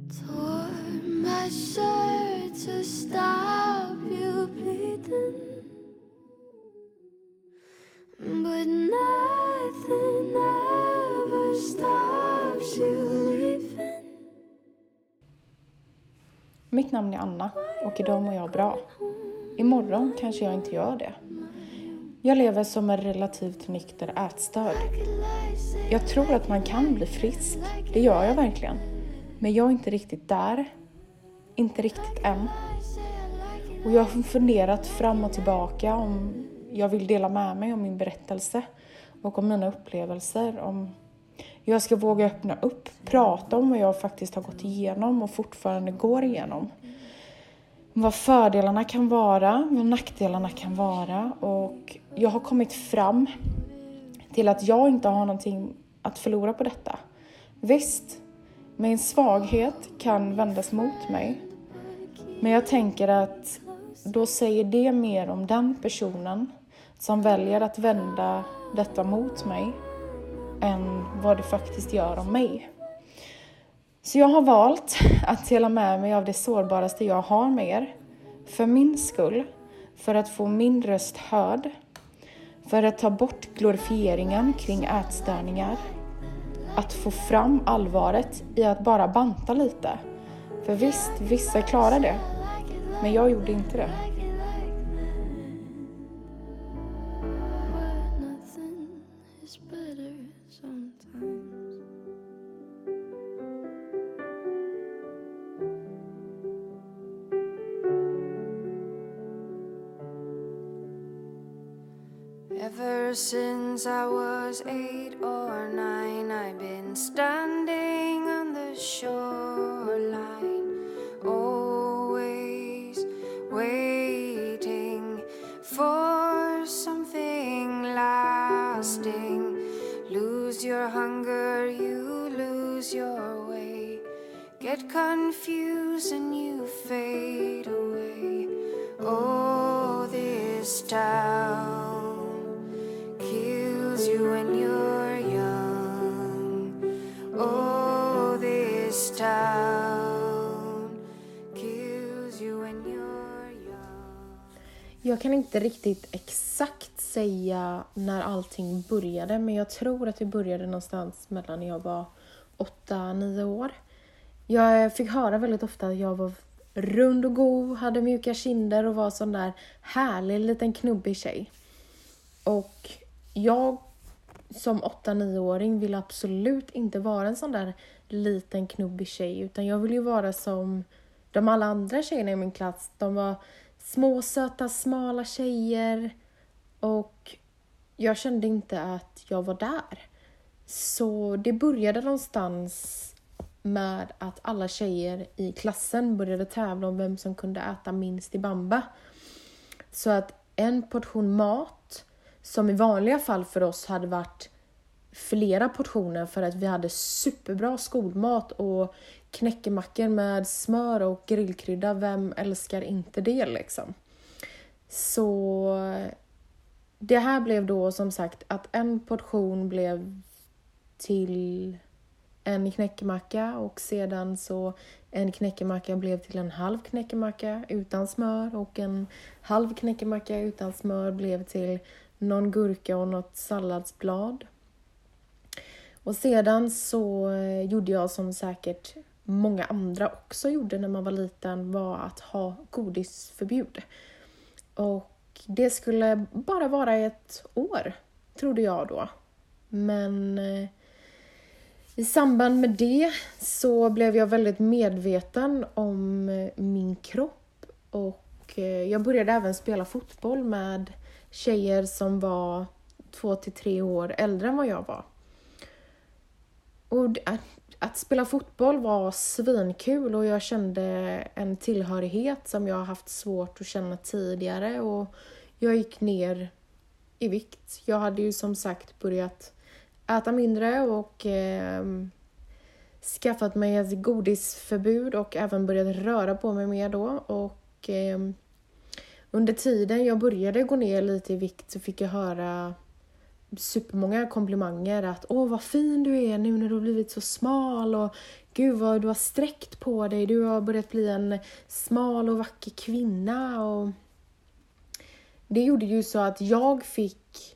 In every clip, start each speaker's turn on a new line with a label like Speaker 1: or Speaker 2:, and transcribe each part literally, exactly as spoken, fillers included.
Speaker 1: Tore my shirt to stop you bleeding, but nothing ever stops you leaving.
Speaker 2: Mitt namn är Anna och idag mår jag bra. Imorgon kanske jag inte gör det. Jag lever som en relativt nykter ätstörd. Jag tror att man kan bli frisk, det gör jag verkligen. Men jag är inte riktigt där. Inte riktigt än. Och jag har funderat fram och tillbaka om jag vill dela med mig om min berättelse och om mina upplevelser. Om jag ska våga öppna upp, prata om vad jag faktiskt har gått igenom och fortfarande går igenom. Vad fördelarna kan vara, vad nackdelarna kan vara. Och jag har kommit fram till att jag inte har någonting att förlora på detta. Visst, min svaghet kan vändas mot mig. Men jag tänker att då säger det mer om den personen som väljer att vända detta mot mig än vad det faktiskt gör om mig. Så jag har valt att dela med mig av det sårbaraste jag har med er. För min skull. För att få min röst hörd. För att ta bort glorifieringen kring ätstörningar. Att få fram allvaret i att bara banta lite. För visst, vissa klarar det. Men jag gjorde inte det.
Speaker 1: Ever since I was eight or nine, I've been standing on the shoreline, always waiting for something lasting. Lose your hunger, you lose your way. Get confused and you fade away. Oh, this town you when you're young. Oh, this town kills you when you're young.
Speaker 2: Jag kan inte riktigt exakt säga när allting började, men jag tror att det började någonstans mellan när jag var åtta nio år. Jag fick höra väldigt ofta att jag var rund och god, hade mjuka kinder och var sån där härlig liten knubbig tjej. Och jag som åtta nio-åring vill absolut inte vara en sån där liten knubbig tjej. Utan jag vill ju vara som de alla andra tjejerna i min klass. De var små, söta, smala tjejer. Och jag kände inte att jag var där. Så det började någonstans med att alla tjejer i klassen började tävla om vem som kunde äta minst i bamba. Så att en portion mat, som i vanliga fall för oss hade varit flera portioner för att vi hade superbra skolmat och knäckemackor med smör och grillkrydda. Vem älskar inte det liksom? Så det här blev då som sagt att en portion blev till en knäckemacka och sedan så en knäckemacka blev till en halv knäckemacka utan smör och en halv knäckemacka utan smör blev till någon gurka och något salladsblad. Och sedan så gjorde jag som säkert många andra också gjorde när man var liten, var att ha godisförbud. Och det skulle bara vara ett år, trodde jag då. Men i samband med det så blev jag väldigt medveten om min kropp. Och jag började även spela fotboll med tjejer som var två till tre år äldre än vad jag var. Och att, att spela fotboll var svinkul och jag kände en tillhörighet som jag har haft svårt att känna tidigare. Och jag gick ner i vikt. Jag hade ju som sagt börjat äta mindre och eh, skaffat mig ett godisförbud och även börjat röra på mig mer då. Och eh, under tiden jag började gå ner lite i vikt så fick jag höra supermånga komplimanger att åh vad fin du är nu när du har blivit så smal och gud vad du har sträckt på dig, du har börjat bli en smal och vacker kvinna. Och det gjorde ju så att jag fick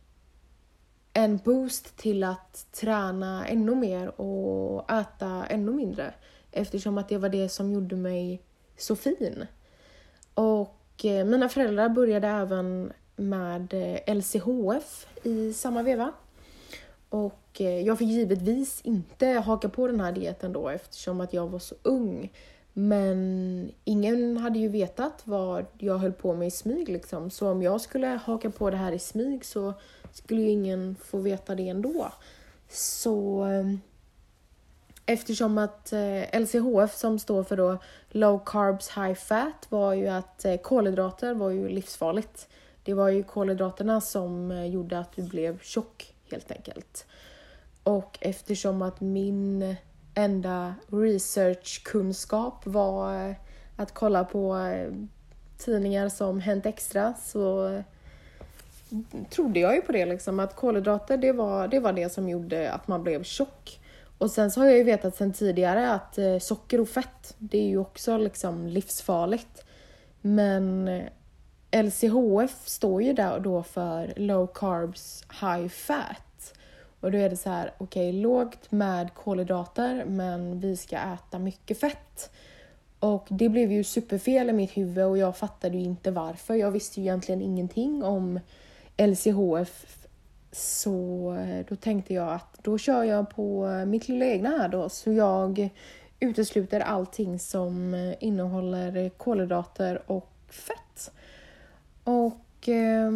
Speaker 2: en boost till att träna ännu mer och äta ännu mindre, eftersom att det var det som gjorde mig så fin. Och mina föräldrar började även med L C H F i samma veva. Och jag fick givetvis inte haka på den här dieten då, eftersom att jag var så ung. Men ingen hade ju vetat vad jag höll på med i smyg liksom. Så om jag skulle haka på det här i smyg så skulle ju ingen få veta det ändå. Så eftersom att L C H F, som står för då low carbs high fat, var ju att kolhydrater var ju livsfarligt. Det var ju kolhydraterna som gjorde att du blev tjock helt enkelt. Och eftersom att min enda researchkunskap var att kolla på tidningar som Hänt Extra, så trodde jag ju på det liksom, att kolhydrater det var, det var det som gjorde att man blev tjock. Och sen så har jag ju vetat sedan tidigare att socker och fett, det är ju också liksom livsfarligt. Men L C H F står ju där då för low carbs high fat. Och då är det så här, okej, okay, lågt med kolhydrater, men vi ska äta mycket fett. Och det blev ju superfel i mitt huvud och jag fattade ju inte varför. Jag visste ju egentligen ingenting om L C H F. Så då tänkte jag att då kör jag på mitt lilla egna här då. Så jag utesluter allting som innehåller kolhydrater och fett. Och eh,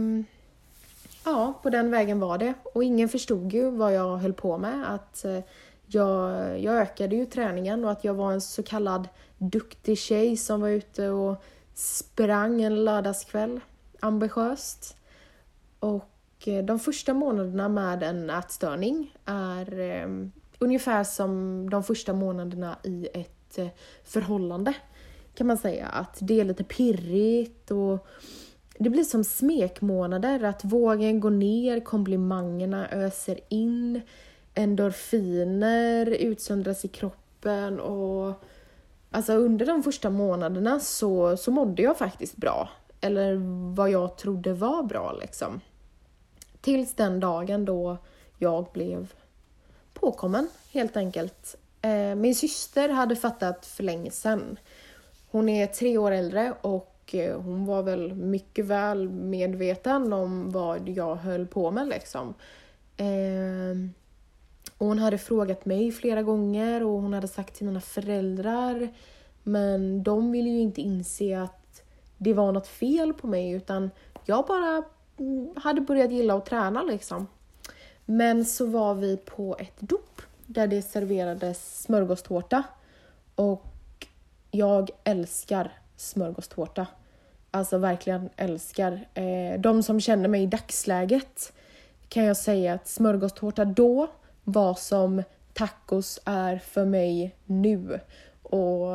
Speaker 2: ja, på den vägen var det. Och ingen förstod ju vad jag höll på med. Att eh, jag, jag ökade ju träningen och att jag var en så kallad duktig tjej som var ute och sprang en lördagskväll. Ambitiöst. Och eh, de första månaderna med en ätstörning är eh, ungefär som de första månaderna i ett eh, förhållande. Kan man säga att det är lite pirrigt och det blir som smekmånader, att vågen går ner, komplimangerna öser in, endorfiner utsöndras i kroppen och alltså under de första månaderna så, så mådde jag faktiskt bra. Eller vad jag trodde var bra liksom. Tills den dagen då jag blev påkommen helt enkelt. Eh, min syster hade fattat för länge sedan. Hon är tre år äldre och hon var väl mycket väl medveten om vad jag höll på med liksom. Eh, och hon hade frågat mig flera gånger och hon hade sagt till mina föräldrar. Men de ville ju inte inse att det var något fel på mig, utan jag bara hade börjat gilla att träna liksom. Men så var vi på ett dop där det serverades smörgåstårta. Och jag älskar smörgåstårta. Alltså verkligen älskar. Eh, de som känner mig i dagsläget kan jag säga att smörgåstårta då var som tacos är för mig nu. Och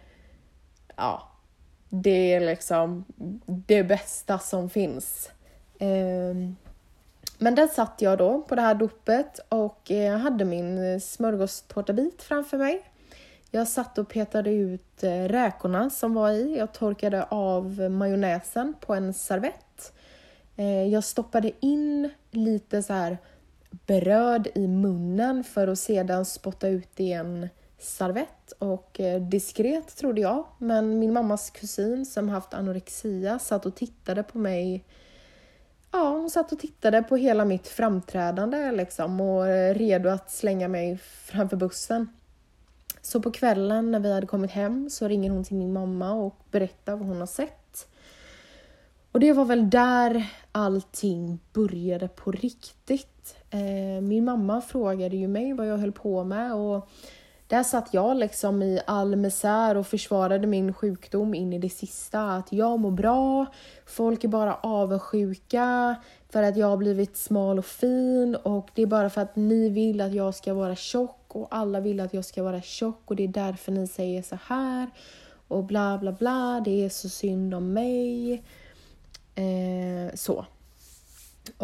Speaker 2: ja, det är liksom det bästa som finns. Eh, men där satt jag då på det här dopet och jag hade min smörgåstårtabit framför mig. Jag satt och petade ut räkorna som var i. Jag torkade av majonnäsen på en servett. Jag stoppade in lite så här bröd i munnen för att sedan spotta ut i en servett. Och diskret trodde jag. Men min mammas kusin som haft anorexia satt och tittade på mig. Ja, hon satt och tittade på hela mitt framträdande liksom. Och redo att slänga mig framför bussen. Så på kvällen när vi hade kommit hem så ringer hon till min mamma och berättar vad hon har sett. Och det var väl där allting började på riktigt. Eh, min mamma frågade ju mig vad jag höll på med och där satt jag liksom i all misär och försvarade min sjukdom in i det sista. Att jag mår bra, folk är bara avundsjuka för att jag har blivit smal och fin. Och det är bara för att ni vill att jag ska vara tjock och alla vill att jag ska vara tjock. Och det är därför ni säger så här och bla bla bla, det är så synd om mig. Eh, så. Och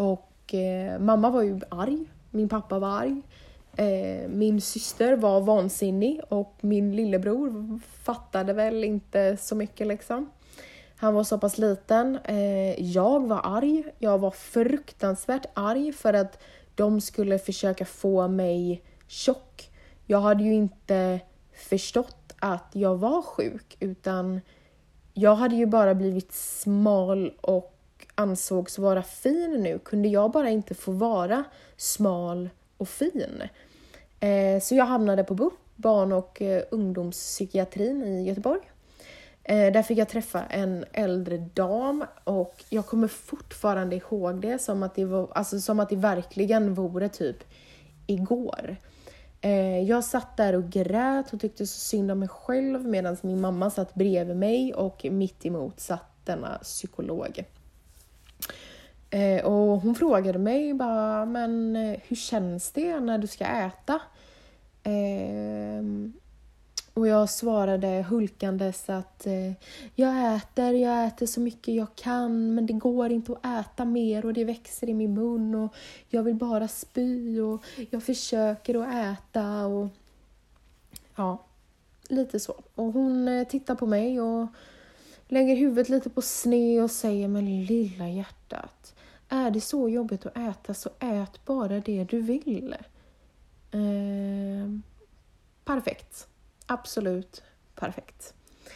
Speaker 2: och eh, mamma var ju arg. Min pappa var arg. Eh, min syster var vansinnig och min lillebror fattade väl inte så mycket liksom. Han var så pass liten. Eh, jag var arg. Jag var fruktansvärt arg för att de skulle försöka få mig tjock. Jag hade ju inte förstått att jag var sjuk, utan jag hade ju bara blivit smal och ansågs vara fin nu. Kunde jag bara inte få vara smal och fin? Eh, så jag hamnade på B U P, barn- och eh, ungdomspsykiatrin i Göteborg. Eh, där fick jag träffa en äldre dam och jag kommer fortfarande ihåg det som att det, var, alltså, som att det verkligen vore typ igår. Eh, jag satt där och grät och tyckte så synd om mig själv medan min mamma satt bredvid mig och mitt emot satt denna psykolog. Eh, och hon frågade mig bara, men hur känns det när du ska äta? Eh, och jag svarade hulkandes att eh, jag äter, jag äter så mycket jag kan, men det går inte att äta mer och det växer i min mun och jag vill bara spy och jag försöker att äta och ja, lite så. Och hon eh, tittar på mig och lägger huvudet lite på sned och säger, men lilla hjärtat, är det så jobbigt att äta så ät bara det du vill. Eh, perfekt. Absolut perfekt.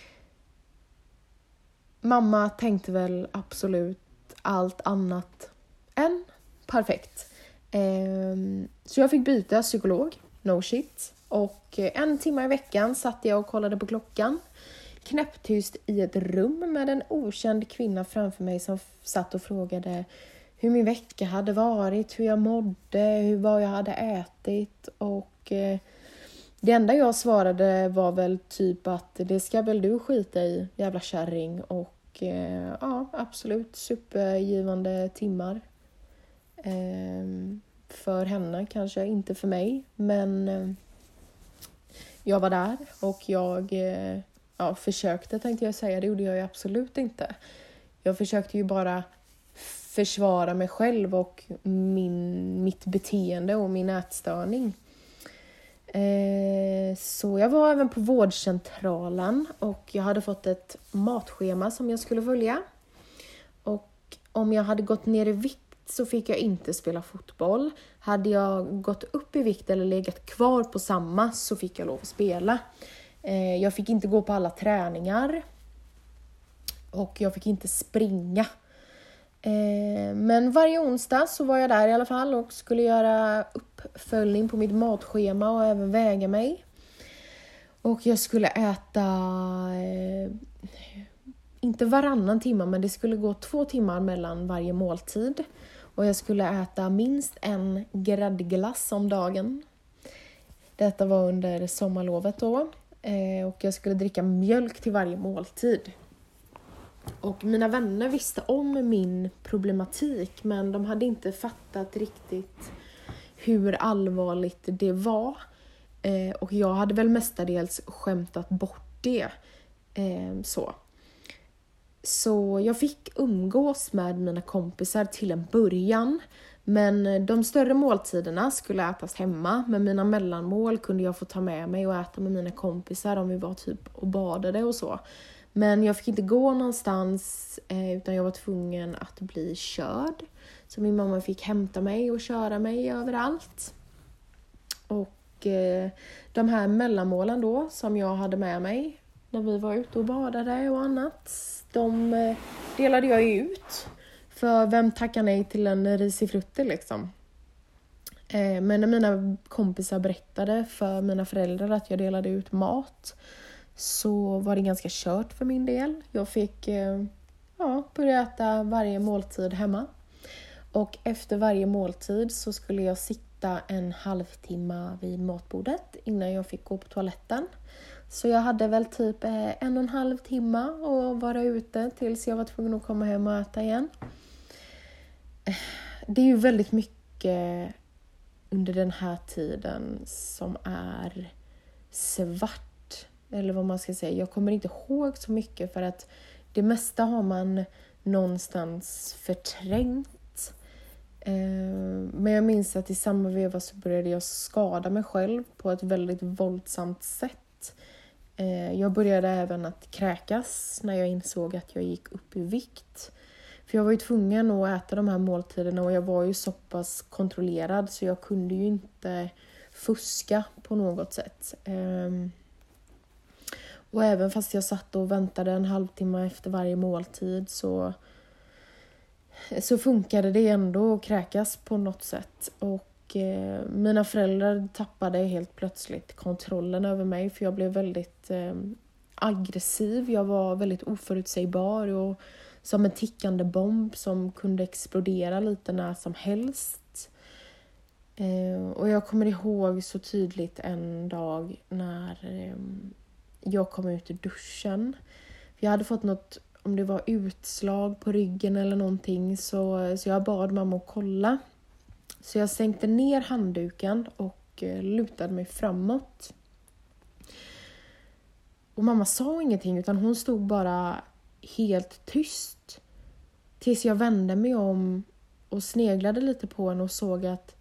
Speaker 2: Mamma tänkte väl absolut allt annat än perfekt. Eh, så jag fick byta psykolog. No shit. Och en timme i veckan satt jag och kollade på klockan. Knäpptyst i ett rum med en okänd kvinna framför mig som satt och frågade hur min vecka hade varit, hur jag mådde, hur vad jag hade ätit. Och eh, det enda jag svarade var väl typ att det ska väl du skita i, jävla kärring. Och eh, ja, absolut supergivande timmar. Eh, för henne kanske, inte för mig. Men eh, jag var där och jag eh, ja, försökte, tänkte jag säga. Det gjorde jag ju absolut inte. Jag försökte ju bara försvara mig själv och min, mitt beteende och min ätstörning. Eh, så jag var även på vårdcentralen och jag hade fått ett matschema som jag skulle följa. Och om jag hade gått ner i vikt så fick jag inte spela fotboll. Hade jag gått upp i vikt eller legat kvar på samma så fick jag lov att spela. Eh, jag fick inte gå på alla träningar. Och jag fick inte springa. Eh, men varje onsdag så var jag där i alla fall och skulle göra uppföljning på mitt matschema och även väga mig. Och jag skulle äta, eh, inte varannan timme, men det skulle gå två timmar mellan varje måltid. Och jag skulle äta minst en gräddglass om dagen. Detta var under sommarlovet då. Eh, och jag skulle dricka mjölk till varje måltid. Och mina vänner visste om min problematik, men de hade inte fattat riktigt hur allvarligt det var. Eh, och jag hade väl mestadels skämtat bort det. Eh, så. så jag fick umgås med mina kompisar till en början. Men de större måltiderna skulle ätas hemma. Men mina mellanmål kunde jag få ta med mig och äta med mina kompisar om vi var typ och badade och så. Men jag fick inte gå någonstans eh, utan jag var tvungen att bli körd. Så min mamma fick hämta mig och köra mig överallt. Och eh, de här mellanmålen då som jag hade med mig när vi var ute och badade och annat. De eh, delade jag ut. För vem tackar nej till en risifrutti liksom. Eh, men när mina kompisar berättade för mina föräldrar att jag delade ut mat, så var det ganska kört för min del. Jag fick eh, ja, börja äta varje måltid hemma. Och efter varje måltid så skulle jag sitta en halvtimme vid matbordet innan jag fick gå på toaletten. Så jag hade väl typ eh, en och en halv timme att vara ute tills jag var tvungen att komma hem och äta igen. Det är ju väldigt mycket under den här tiden som är svart. Eller vad man ska säga. Jag kommer inte ihåg så mycket för att det mesta har man någonstans förträngt. Men jag minns att i samma veva så började jag skada mig själv på ett väldigt våldsamt sätt. Jag började även att kräkas när jag insåg att jag gick upp i vikt. För jag var ju tvungen att äta de här måltiderna och jag var ju så pass kontrollerad så jag kunde ju inte fuska på något sätt. Och även fast jag satt och väntade en halvtimme efter varje måltid så, så funkade det ändå att kräkas på något sätt. Och eh, mina föräldrar tappade helt plötsligt kontrollen över mig för jag blev väldigt eh, aggressiv. Jag var väldigt oförutsägbar och som en tickande bomb som kunde explodera lite när som helst. Eh, och jag kommer ihåg så tydligt en dag när eh, jag kom ut ur duschen. Jag hade fått något, om det var utslag på ryggen eller någonting, så, så jag bad mamma att kolla. Så jag sänkte ner handduken och eh, lutade mig framåt. Och mamma sa ingenting utan hon stod bara helt tyst. Tills jag vände mig om och sneglade lite på henne och såg att,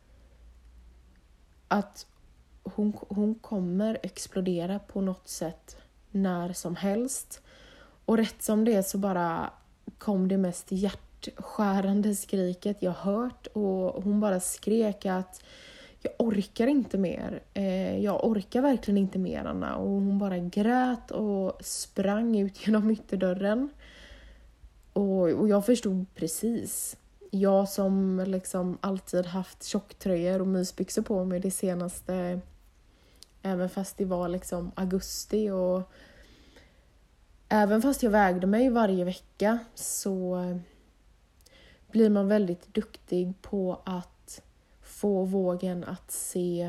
Speaker 2: att hon, hon kommer explodera på något sätt när som helst. Och rätt som det så bara kom det mest hjärtskärande skriket jag hört. Och hon bara skrek att jag orkar inte mer. Eh, jag orkar verkligen inte mer, Anna. Och hon bara grät och sprang ut genom ytterdörren. Och, och jag förstod precis. Jag som liksom alltid haft tjocktröjor och mysbyxor på mig det senaste. Även fast det var liksom augusti och även fast jag vägde mig varje vecka så blir man väldigt duktig på att få vågen att se,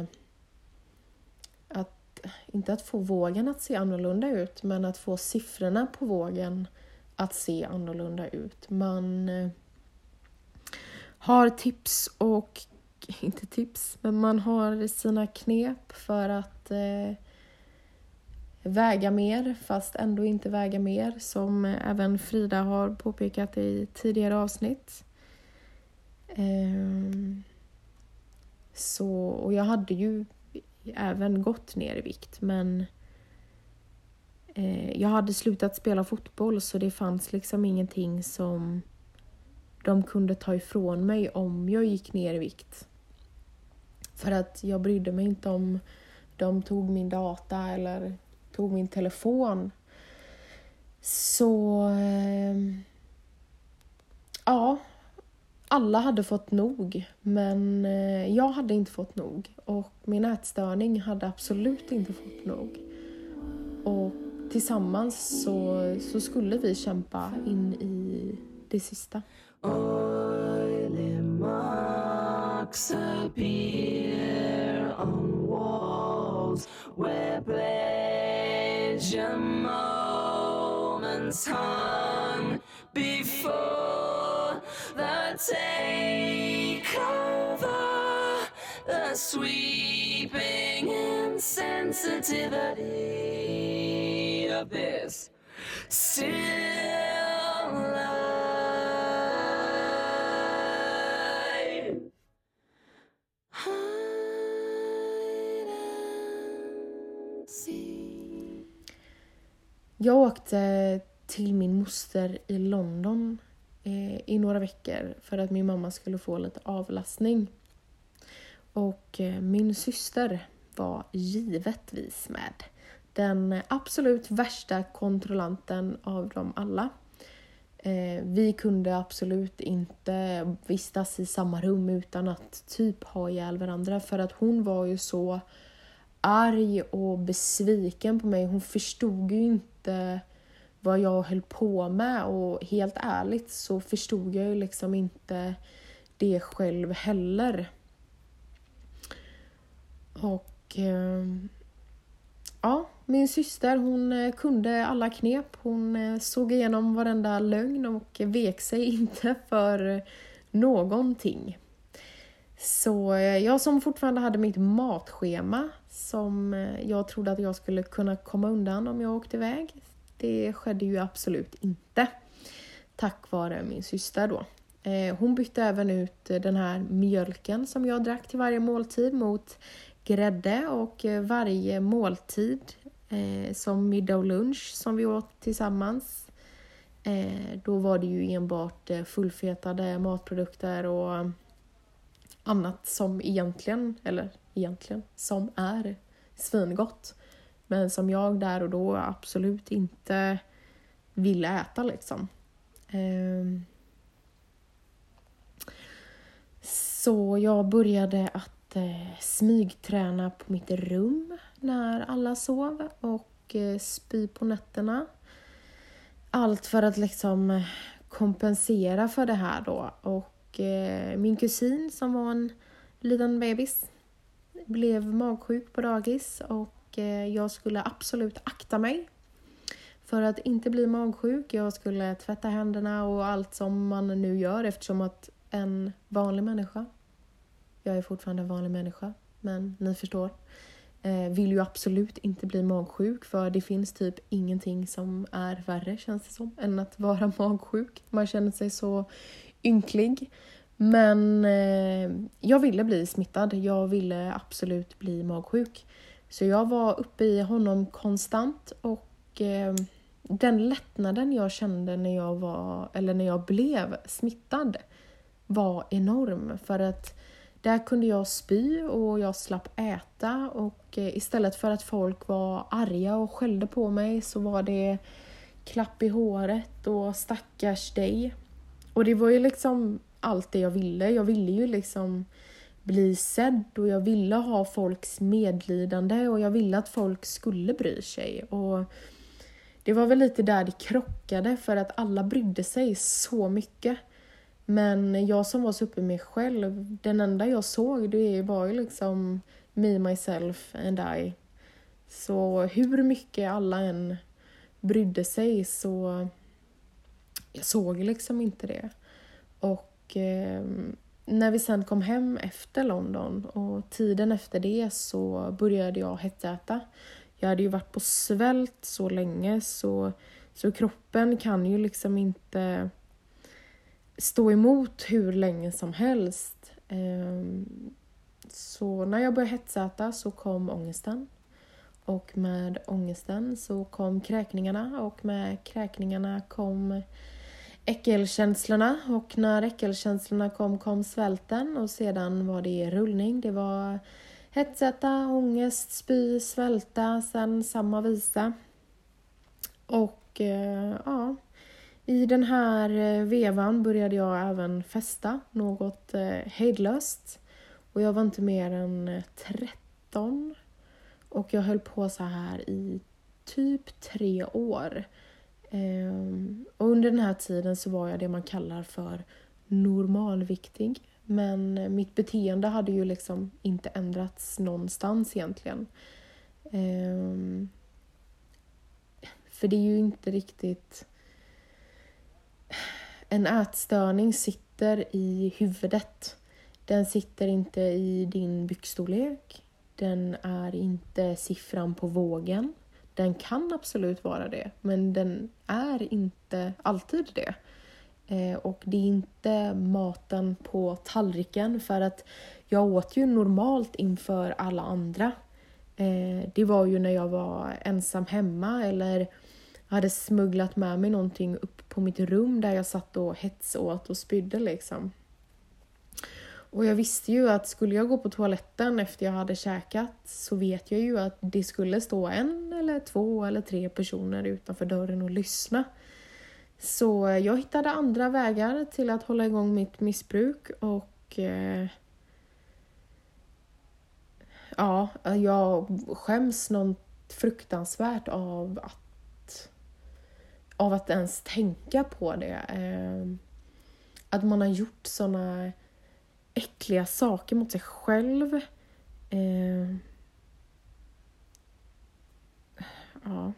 Speaker 2: att, inte att få vågen att se annorlunda ut, men att få siffrorna på vågen att se annorlunda ut. Man har tips och, inte tips, men man har sina knep för att eh, väga mer fast ändå inte väga mer, som även Frida har påpekat i tidigare avsnitt. Ehm, så, och jag hade ju även gått ner i vikt, men eh, jag hade slutat spela fotboll så det fanns liksom ingenting som de kunde ta ifrån mig om jag gick ner i vikt. För att jag brydde mig inte om de tog min data eller tog min telefon. Så eh, ja, alla hade fått nog, men eh, jag hade inte fått nog och min ätstörning hade absolut inte fått nog. Och tillsammans så, så skulle vi kämpa in i det sista.
Speaker 3: Oily marks appear on walls where pleasure moments hung before the takeover, the sweeping insensitivity of this still life.
Speaker 2: Jag åkte till min moster i London eh, i några veckor för att min mamma skulle få lite avlastning. Och eh, min syster var givetvis med. Den absolut värsta kontrollanten av dem alla. Eh, vi kunde absolut inte vistas i samma rum utan att typ ha ihjäl varandra. För att hon var ju så arg och besviken på mig. Hon förstod ju inte vad jag höll på med. Och helt ärligt så förstod jag ju liksom inte det själv heller. Och eh, ja, min syster, hon kunde alla knep. Hon såg igenom varenda lögn och vek sig inte för någonting. Så jag som fortfarande hade mitt matschema som jag trodde att jag skulle kunna komma undan om jag åkte iväg. Det skedde ju absolut inte. Tack vare min syster då. Eh, hon bytte även ut den här mjölken som jag drack till varje måltid mot grädde. Och eh, varje måltid, eh, som middag och lunch som vi åt tillsammans, eh, då var det ju enbart eh, fullfetade matprodukter och annat som egentligen, eller egentligen, som är svingott. Men som jag där och då absolut inte ville äta liksom. Eh, Så jag började att eh, smygträna på mitt rum när alla sov och eh, spy på nätterna. Allt för att liksom kompensera för det här då. Och eh, min kusin som var en liten bebis blev magsjuk på dagis och eh, jag skulle absolut akta mig för att inte bli magsjuk. Jag skulle tvätta händerna och allt som man nu gör eftersom att en vanlig människa, jag är fortfarande en vanlig människa, men ni förstår, eh, vill ju absolut inte bli magsjuk, för det finns typ ingenting som är värre, känns det som, än att vara magsjuk. Man känner sig så ynklig. Men eh, jag ville bli smittad, jag ville absolut bli magsjuk. Så jag var uppe i honom konstant och eh, den lättnaden jag kände när jag var, eller när jag blev smittad var enorm, för att där kunde jag spy och jag slapp äta, och istället för att folk var arga och skällde på mig så var det klapp i håret och stackars dig. Och det var ju liksom allt det jag ville. Jag ville ju liksom bli sedd och jag ville ha folks medlidande och jag ville att folk skulle bry sig. Och det var väl lite där det krockade, för att alla brydde sig så mycket. Men jag som var så uppe med mig själv, den enda jag såg det var ju liksom me, myself and I. Så hur mycket alla än brydde sig så jag såg liksom inte det. Och eh, när vi sen kom hem efter London och tiden efter det så började jag hetsäta. Jag hade ju varit på svält så länge så, så kroppen kan ju liksom inte stå emot hur länge som helst. Så när jag började hetsäta så kom ångesten. Och med ångesten så kom kräkningarna. Och med kräkningarna kom äckelkänslorna. Och när äckelkänslorna kom kom svälten. Och sedan var det rullning. Det var hetsäta, ångest, spy, svälta. Sen samma visa. Och ja... I den här vevan började jag även festa något hejdlöst. Och jag var inte mer än tretton. Och jag höll på så här i typ tre år. Och under den här tiden så var jag det man kallar för normalviktig. Men mitt beteende hade ju liksom inte ändrats någonstans egentligen. För det är ju inte riktigt... En ätstörning sitter i huvudet. Den sitter inte i din byxstorlek. Den är inte siffran på vågen. Den kan absolut vara det. Men den är inte alltid det. Eh, och det är inte maten på tallriken. För att jag åt ju normalt inför alla andra. Eh, det var ju när jag var ensam hemma. Eller hade smugglat med mig någonting upp på mitt rum. Där jag satt och hetsåt och spydde liksom. Och jag visste ju att skulle jag gå på toaletten efter jag hade käkat så vet jag ju att det skulle stå en eller två eller tre personer utanför dörren och lyssna. Så jag hittade andra vägar till att hålla igång mitt missbruk och eh, ja, jag skäms något fruktansvärt av att av att ens tänka på det. Eh, att man har gjort såna äckliga saker mot sig själv. Eh, ja.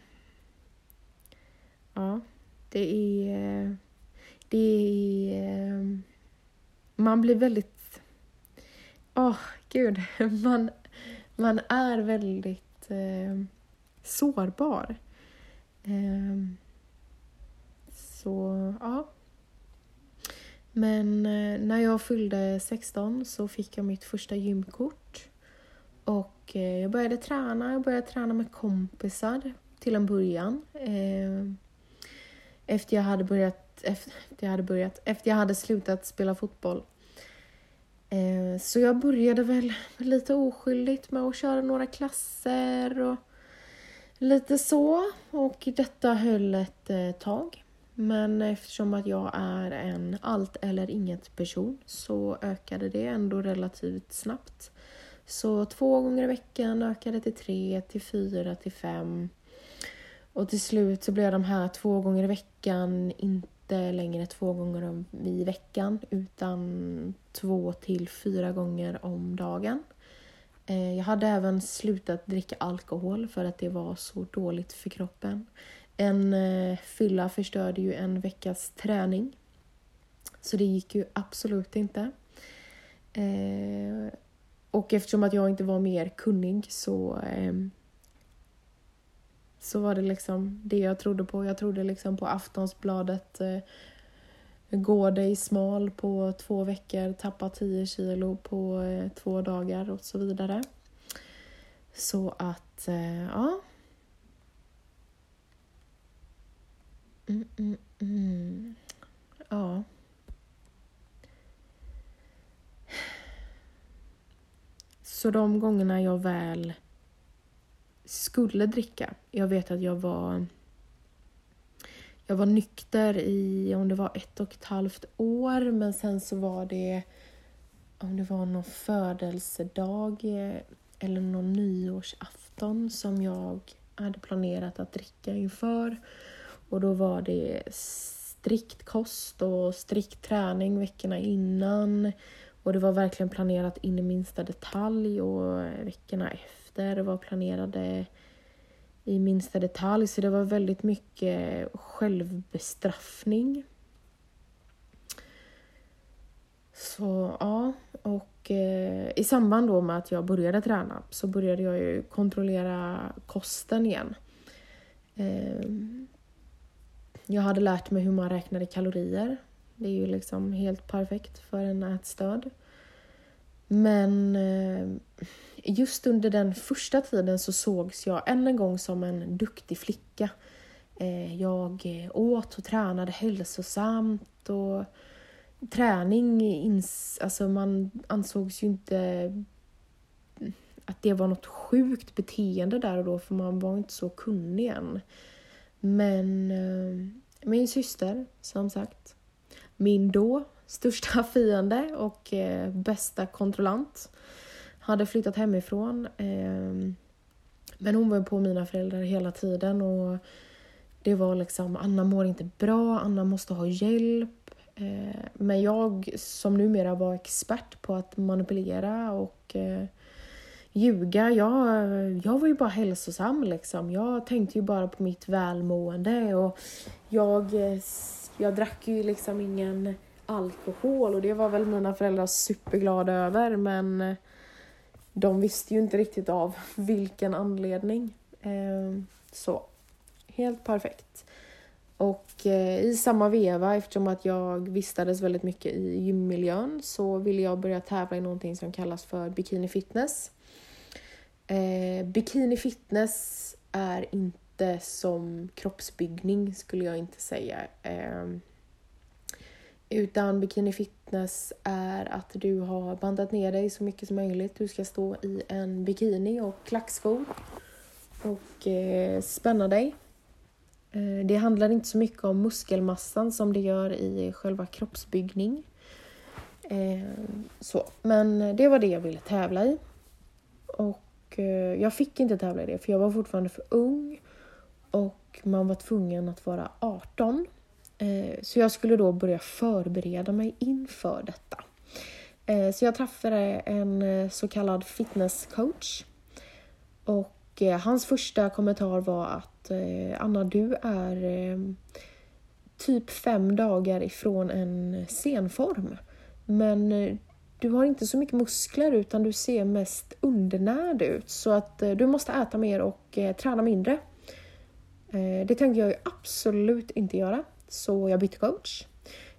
Speaker 2: Ja. Det är... Det är... Man blir väldigt... Åh, oh, gud. Man, man är väldigt eh, sårbar. Eh, så, ja. Men eh, när jag fyllde sexton så fick jag mitt första gymkort. Och eh, jag började träna. Jag började träna med kompisar till en början. Eh, efter jag hade börjat, efter jag hade börjat, efter jag hade slutat spela fotboll. Eh, så jag började väl lite oskyldigt med att köra några klasser och lite så. Och detta höll ett eh, tag. Men eftersom att jag är en allt eller inget person så ökade det ändå relativt snabbt. Så två gånger i veckan ökade till tre, till fyra, till fem. Och till slut så blev de här två gånger i veckan inte längre två gånger i veckan utan två till fyra gånger om dagen. Jag hade även slutat dricka alkohol för att det var så dåligt för kroppen. En fylla förstörde ju en veckas träning. Så det gick ju absolut inte. Och eftersom att jag inte var mer kunnig så... Så var det liksom det jag trodde på. Jag trodde liksom på Aftonbladet. Eh, gå dig smal på två veckor. Tappa tio kilo på eh, två dagar och så vidare. Så att, eh, ja. Mm, mm, mm. Ja. Så de gångerna jag väl skulle dricka. Jag vet att jag var jag var nykter i om det var ett och ett halvt år. Men sen så var det om det var någon födelsedag eller någon nyårsafton som jag hade planerat att dricka inför. Och då var det strikt kost och strikt träning veckorna innan. Och det var verkligen planerat in i minsta detalj och veckorna efter var planerade i minsta detalj. Så det var väldigt mycket självbestraffning. Så ja, och eh, i samband då med att jag började träna så började jag ju kontrollera kosten igen. Eh, jag hade lärt mig hur man räknade kalorier. Det är ju liksom helt perfekt för en ätstörd. Men eh, just under den första tiden så sågs jag än en gång som en duktig flicka. Eh, jag åt och tränade hälsosamt och träning, ins- alltså man ansågs ju inte att det var något sjukt beteende där och då för man var inte så kunnig än. Men eh, min syster, som sagt, min då största fiende och eh, bästa kontrollant hade flyttat hemifrån. Eh, men hon var på mina föräldrar hela tiden och det var liksom, Anna mår inte bra, Anna måste ha hjälp. Eh, men jag som numera var expert på att manipulera och eh, ljuga, jag, jag var ju bara hälsosam liksom. Jag tänkte ju bara på mitt välmående och jag, jag drack ju liksom ingen alkohol och det var väl mina föräldrar superglada över, men de visste ju inte riktigt av vilken anledning. Eh, så, helt perfekt. Och eh, i samma veva, eftersom att jag vistades väldigt mycket i gymmiljön, så ville jag börja tävla i någonting som kallas för bikini fitness. Eh, bikini fitness är inte som kroppsbyggning, skulle jag inte säga. Eh, utan bikini fitness är att du har bandat ner dig så mycket som möjligt. Du ska stå i en bikini och klackskor och eh, spänna dig. Eh, det handlar inte så mycket om muskelmassan som det gör i själva kroppsbyggning. Eh, så. Men det var det jag ville tävla i. Och eh, jag fick inte tävla i det för jag var fortfarande för ung. Och man var tvungen att vara arton. Eh, så jag skulle då börja förbereda mig inför detta. Eh, så jag träffade en eh, så kallad fitnesscoach. Och eh, hans första kommentar var att eh, Anna, du är eh, typ fem dagar ifrån en scenform. Men eh, du har inte så mycket muskler utan du ser mest undernärd ut. Så att eh, du måste äta mer och eh, träna mindre. Eh, det tänkte jag ju absolut inte göra. Så jag bytte coach.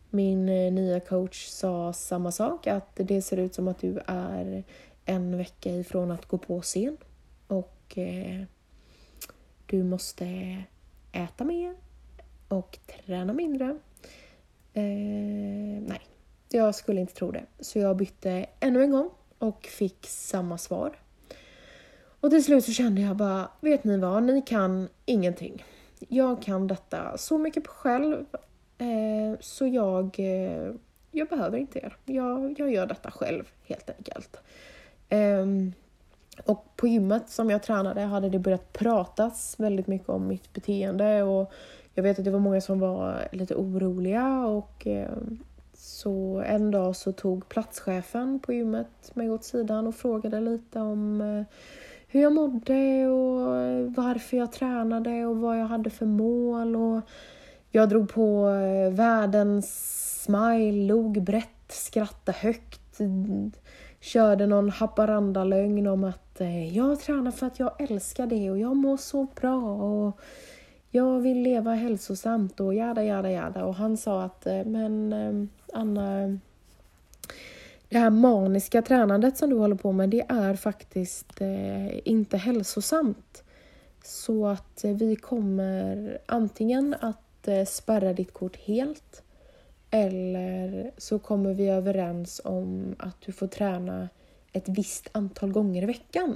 Speaker 2: Min eh, nya coach sa samma sak, att det ser ut som att du är en vecka ifrån att gå på scen. Och eh, du måste äta mer och träna mindre. Eh, nej, jag skulle inte tro det. Så jag bytte ännu en gång och fick samma svar. Och till slut så kände jag bara, vet ni vad, ni kan ingenting. Jag kan detta så mycket själv, eh, så jag, eh, jag behöver inte er. Jag, jag gör detta själv helt enkelt. Eh, och på gymmet som jag tränade hade det börjat pratas väldigt mycket om mitt beteende. Och jag vet att det var många som var lite oroliga. Och eh, så en dag så tog platschefen på gymmet mig åt sidan och frågade lite om eh, hur jag mådde och varför jag tränade och vad jag hade för mål. Och jag drog på världens smile, log brett, skrattade högt. Körde någon Haparanda-lögn om att jag tränar för att jag älskar det och jag mår så bra och jag vill leva hälsosamt och jada, jada, jada. Och han sa att, men Anna, det här maniska tränandet som du håller på med, det är faktiskt eh, inte hälsosamt. Så att eh, vi kommer antingen att eh, spärra ditt kort helt. Eller så kommer vi överens om att du får träna ett visst antal gånger i veckan.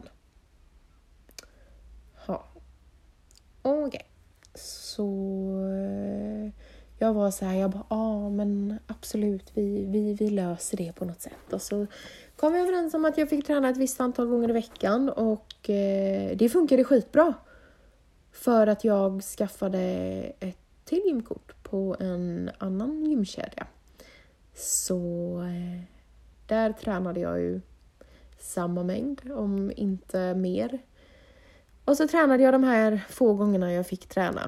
Speaker 2: Ja. Okej. Okay. Så... Eh, Jag var så här, jag bara, ja ah, men absolut, vi, vi, vi löser det på något sätt. Och så kom vi överens om att jag fick träna ett visst antal gånger i veckan. Och eh, det funkade skitbra. För att jag skaffade ett till gymkort på en annan gymkedja. Så eh, där tränade jag ju samma mängd, om inte mer. Och så tränade jag de här få gångerna jag fick träna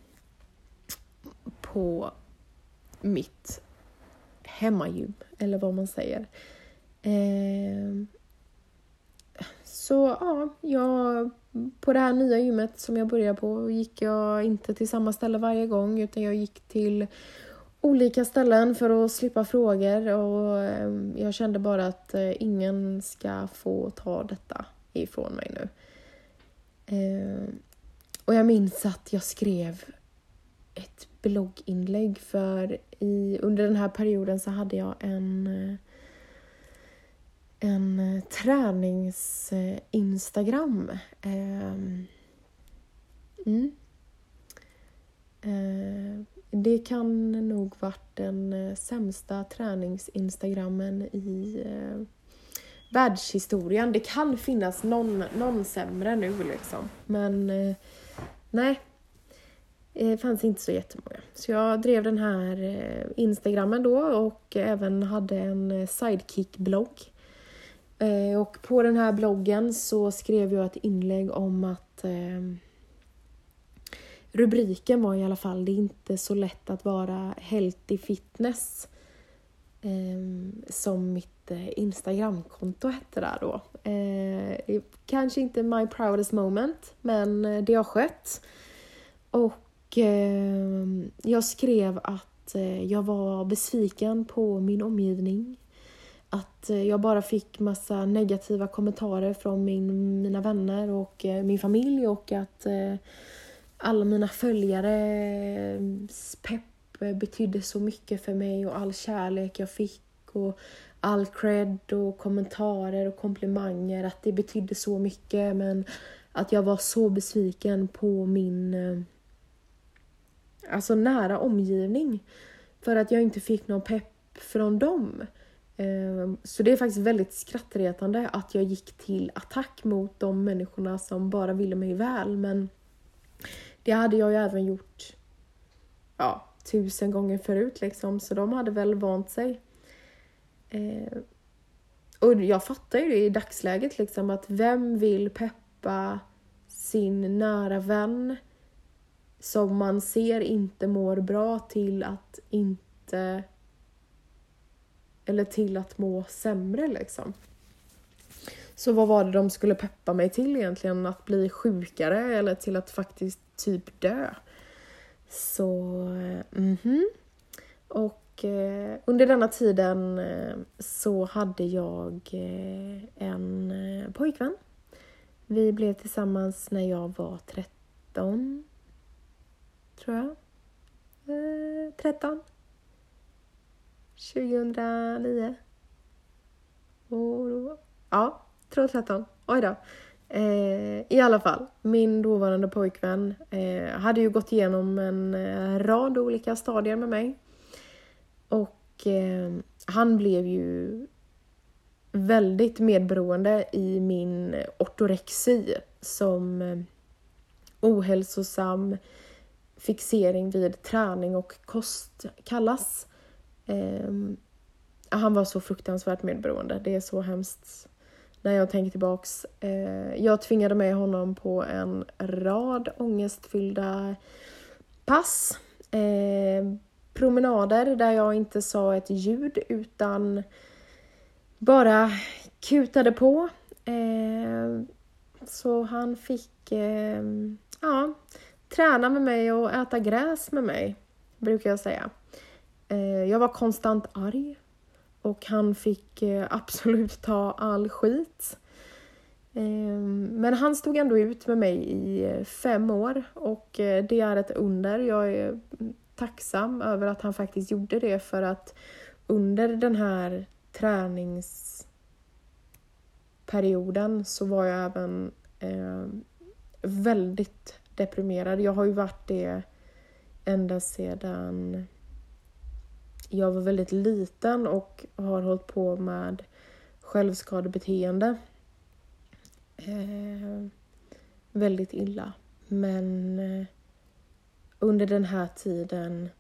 Speaker 2: på mitt hemmagym, eller vad man säger. Eh, så ja, jag, på det här nya gymmet som jag började på gick jag inte till samma ställe varje gång, utan jag gick till olika ställen för att slippa frågor. Och eh, jag kände bara att eh, ingen ska få ta detta ifrån mig nu. Eh, och jag minns att jag skrev ett blogginlägg, för i, under den här perioden så hade jag en en tränings Instagram. Um, mm. uh, det kan nog varit den sämsta tränings-instagrammen i uh, världshistorien. Det kan finnas någon, någon sämre nu liksom. Men uh, nej. Det fanns inte så jättemånga. Så jag drev den här Instagrammen då och även hade en sidekick-blogg. Och på den här bloggen så skrev jag ett inlägg om att eh, rubriken var i alla fall, det är inte så lätt att vara healthy fitness. Eh, som mitt eh, Instagramkonto hette där då. Eh, kanske inte my proudest moment, men det har skett. Och jag skrev att jag var besviken på min omgivning. Att jag bara fick massa negativa kommentarer från min, mina vänner och min familj. Och att alla mina följare pepp betydde så mycket för mig. Och all kärlek jag fick och all cred och kommentarer och komplimanger. Att det betydde så mycket, men att jag var så besviken på min... alltså nära omgivning, för att jag inte fick någon pepp från dem. Så det är faktiskt väldigt skrattretande att jag gick till attack mot de människorna som bara ville mig väl. Men det hade jag ju även gjort ja, tusen gånger förut liksom. Så de hade väl vant sig. Och jag fattar ju det i dagsläget liksom, att vem vill peppa sin nära vän som man ser inte mår bra till att inte, eller till att må sämre liksom. Så vad var det de skulle peppa mig till egentligen? Att bli sjukare eller till att faktiskt typ dö? Så, mhm. Och Och eh, under denna tiden eh, så hade jag eh, en eh, pojkvän. Vi blev tillsammans när jag var tretton, tror jag. Eh, tretton. tjugohundranio. Och, ja, tror tretton. Oj då. Eh, I alla fall, min dåvarande pojkvän eh, hade ju gått igenom en eh, rad olika stadier med mig. Och eh, han blev ju väldigt medberoende i min ortorexi som eh, ohälsosam fixering vid träning och kost kallas. Eh, han var så fruktansvärt medberoende. Det är så hemskt när jag tänker tillbaks. Eh, jag tvingade med honom på en rad ångestfyllda pass. Eh, promenader där jag inte sa ett ljud utan bara kutade på. Eh, så han fick eh, ja, träna med mig och äta gräs med mig, brukar jag säga. Eh, jag var konstant arg. Och han fick eh, absolut ta all skit. Eh, men han stod ändå ut med mig i eh, fem år. Och eh, det är ett under. Jag är tacksam över att han faktiskt gjorde det. För att under den här träningsperioden så var jag även eh, väldigt deprimerad. Jag har ju varit det ända sedan jag var väldigt liten och har hållit på med självskadebeteende. Eh, väldigt illa. Men eh, under den här tiden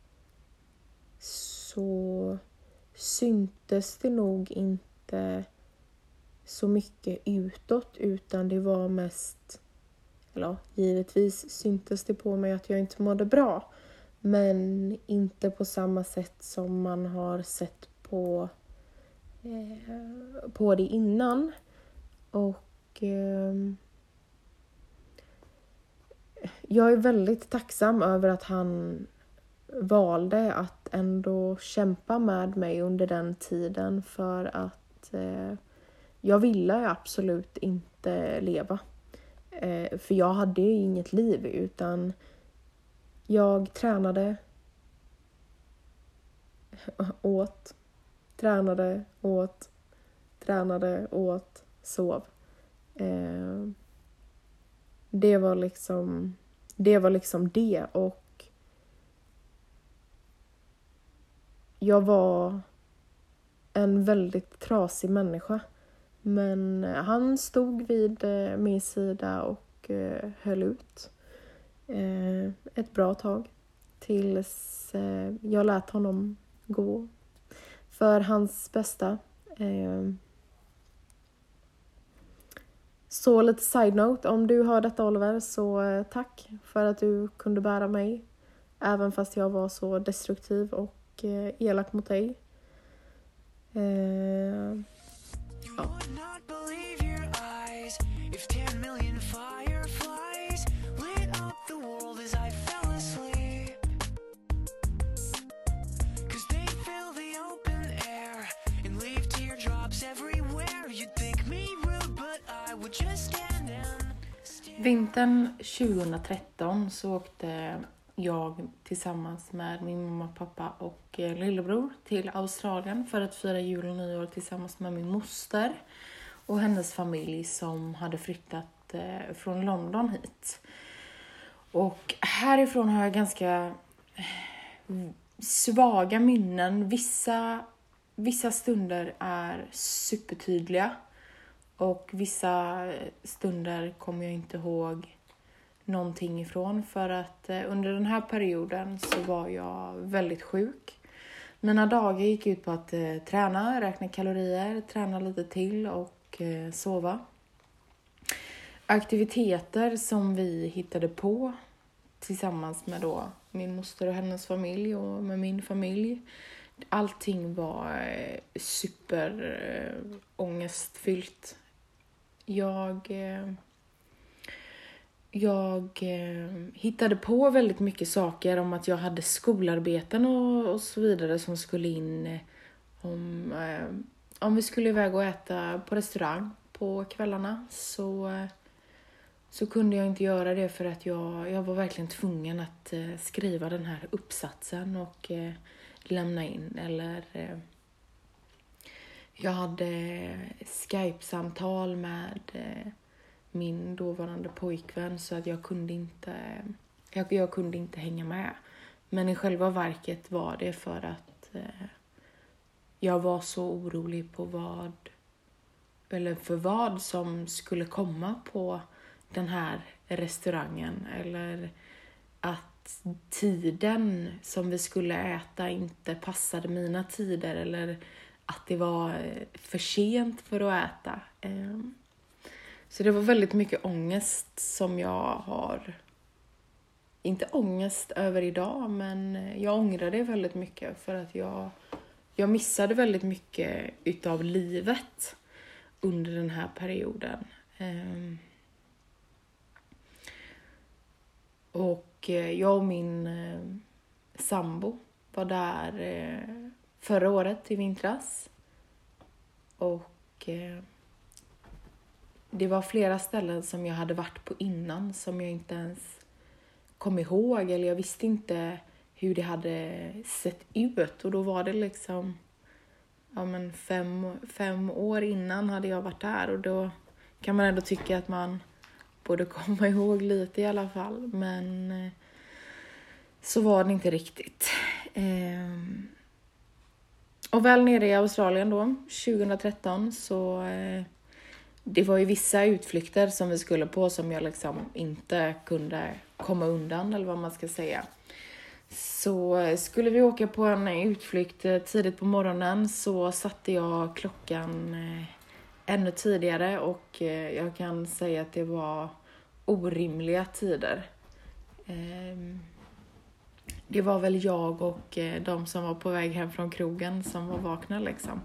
Speaker 2: så syntes det nog inte så mycket utåt, utan det var mest, eller givetvis syntes det på mig att jag inte mådde bra. Men inte på samma sätt som man har sett på, eh, på det innan. Och eh, jag är väldigt tacksam över att han valde att ändå kämpa med mig under den tiden. För att eh, jag ville absolut inte leva. Eh, för jag hade ju inget liv, utan jag tränade, åt, tränade, åt, tränade, åt, sov. Eh, det var liksom det var liksom det och jag var en väldigt trasig människa. Men han stod vid min sida och eh, höll ut. Ett bra tag tills jag lät honom gå för hans bästa. Så lite side note, om du hör detta Oliver, så tack för att du kunde bära mig även fast jag var så destruktiv och elak mot dig. Ja. Vintern tjugohundratretton så åkte jag tillsammans med min mamma, pappa och lillebror till Australien för att fira jul och nyår tillsammans med min moster och hennes familj som hade flyttat från London hit. Och härifrån har jag ganska svaga minnen. Vissa, vissa stunder är supertydliga. Och vissa stunder kommer jag inte ihåg någonting ifrån. För att under den här perioden så var jag väldigt sjuk. Mina dagar gick ut på att eh, träna, räkna kalorier, träna lite till och eh, sova. Aktiviteter som vi hittade på tillsammans med då min moster och hennes familj och med min familj. Allting var eh, super eh, ångestfyllt. Jag, eh, jag eh, hittade på väldigt mycket saker om att jag hade skolarbeten och, och så vidare som skulle in eh, om, eh, om vi skulle iväg och äta på restaurang på kvällarna, så, eh, så kunde jag inte göra det för att jag, jag var verkligen tvungen att eh, skriva den här uppsatsen och eh, lämna in. Eller eh, jag hade Skype-samtal med eh, min dåvarande pojkvän, så att jag kunde inte jag, jag kunde inte hänga med. Men i själva verket var det för att eh, jag var så orolig på vad eller för vad som skulle komma på den här restaurangen, eller att tiden som vi skulle äta inte passade mina tider, eller att det var för sent för att äta. Eh, Så det var väldigt mycket ångest som jag har, inte ångest över idag, men jag ångrar det väldigt mycket för att jag, jag missade väldigt mycket utav livet under den här perioden. Um, och jag och min uh, sambo var där uh, förra året i vintras, och uh, det var flera ställen som jag hade varit på innan som jag inte ens kom ihåg, eller jag visste inte hur det hade sett ut. Och då var det liksom ja men fem, fem år innan hade jag varit där, och då kan man ändå tycka att man borde komma ihåg lite i alla fall. Men så var det inte riktigt. Och väl nere i Australien då, tjugohundratretton, så det var ju vissa utflykter som vi skulle på som jag liksom inte kunde komma undan, eller vad man ska säga. Så skulle vi åka på en utflykt tidigt på morgonen, så satte jag klockan ännu tidigare, och jag kan säga att det var orimliga tider. Det var väl jag och de som var på väg hem från krogen som var vakna liksom.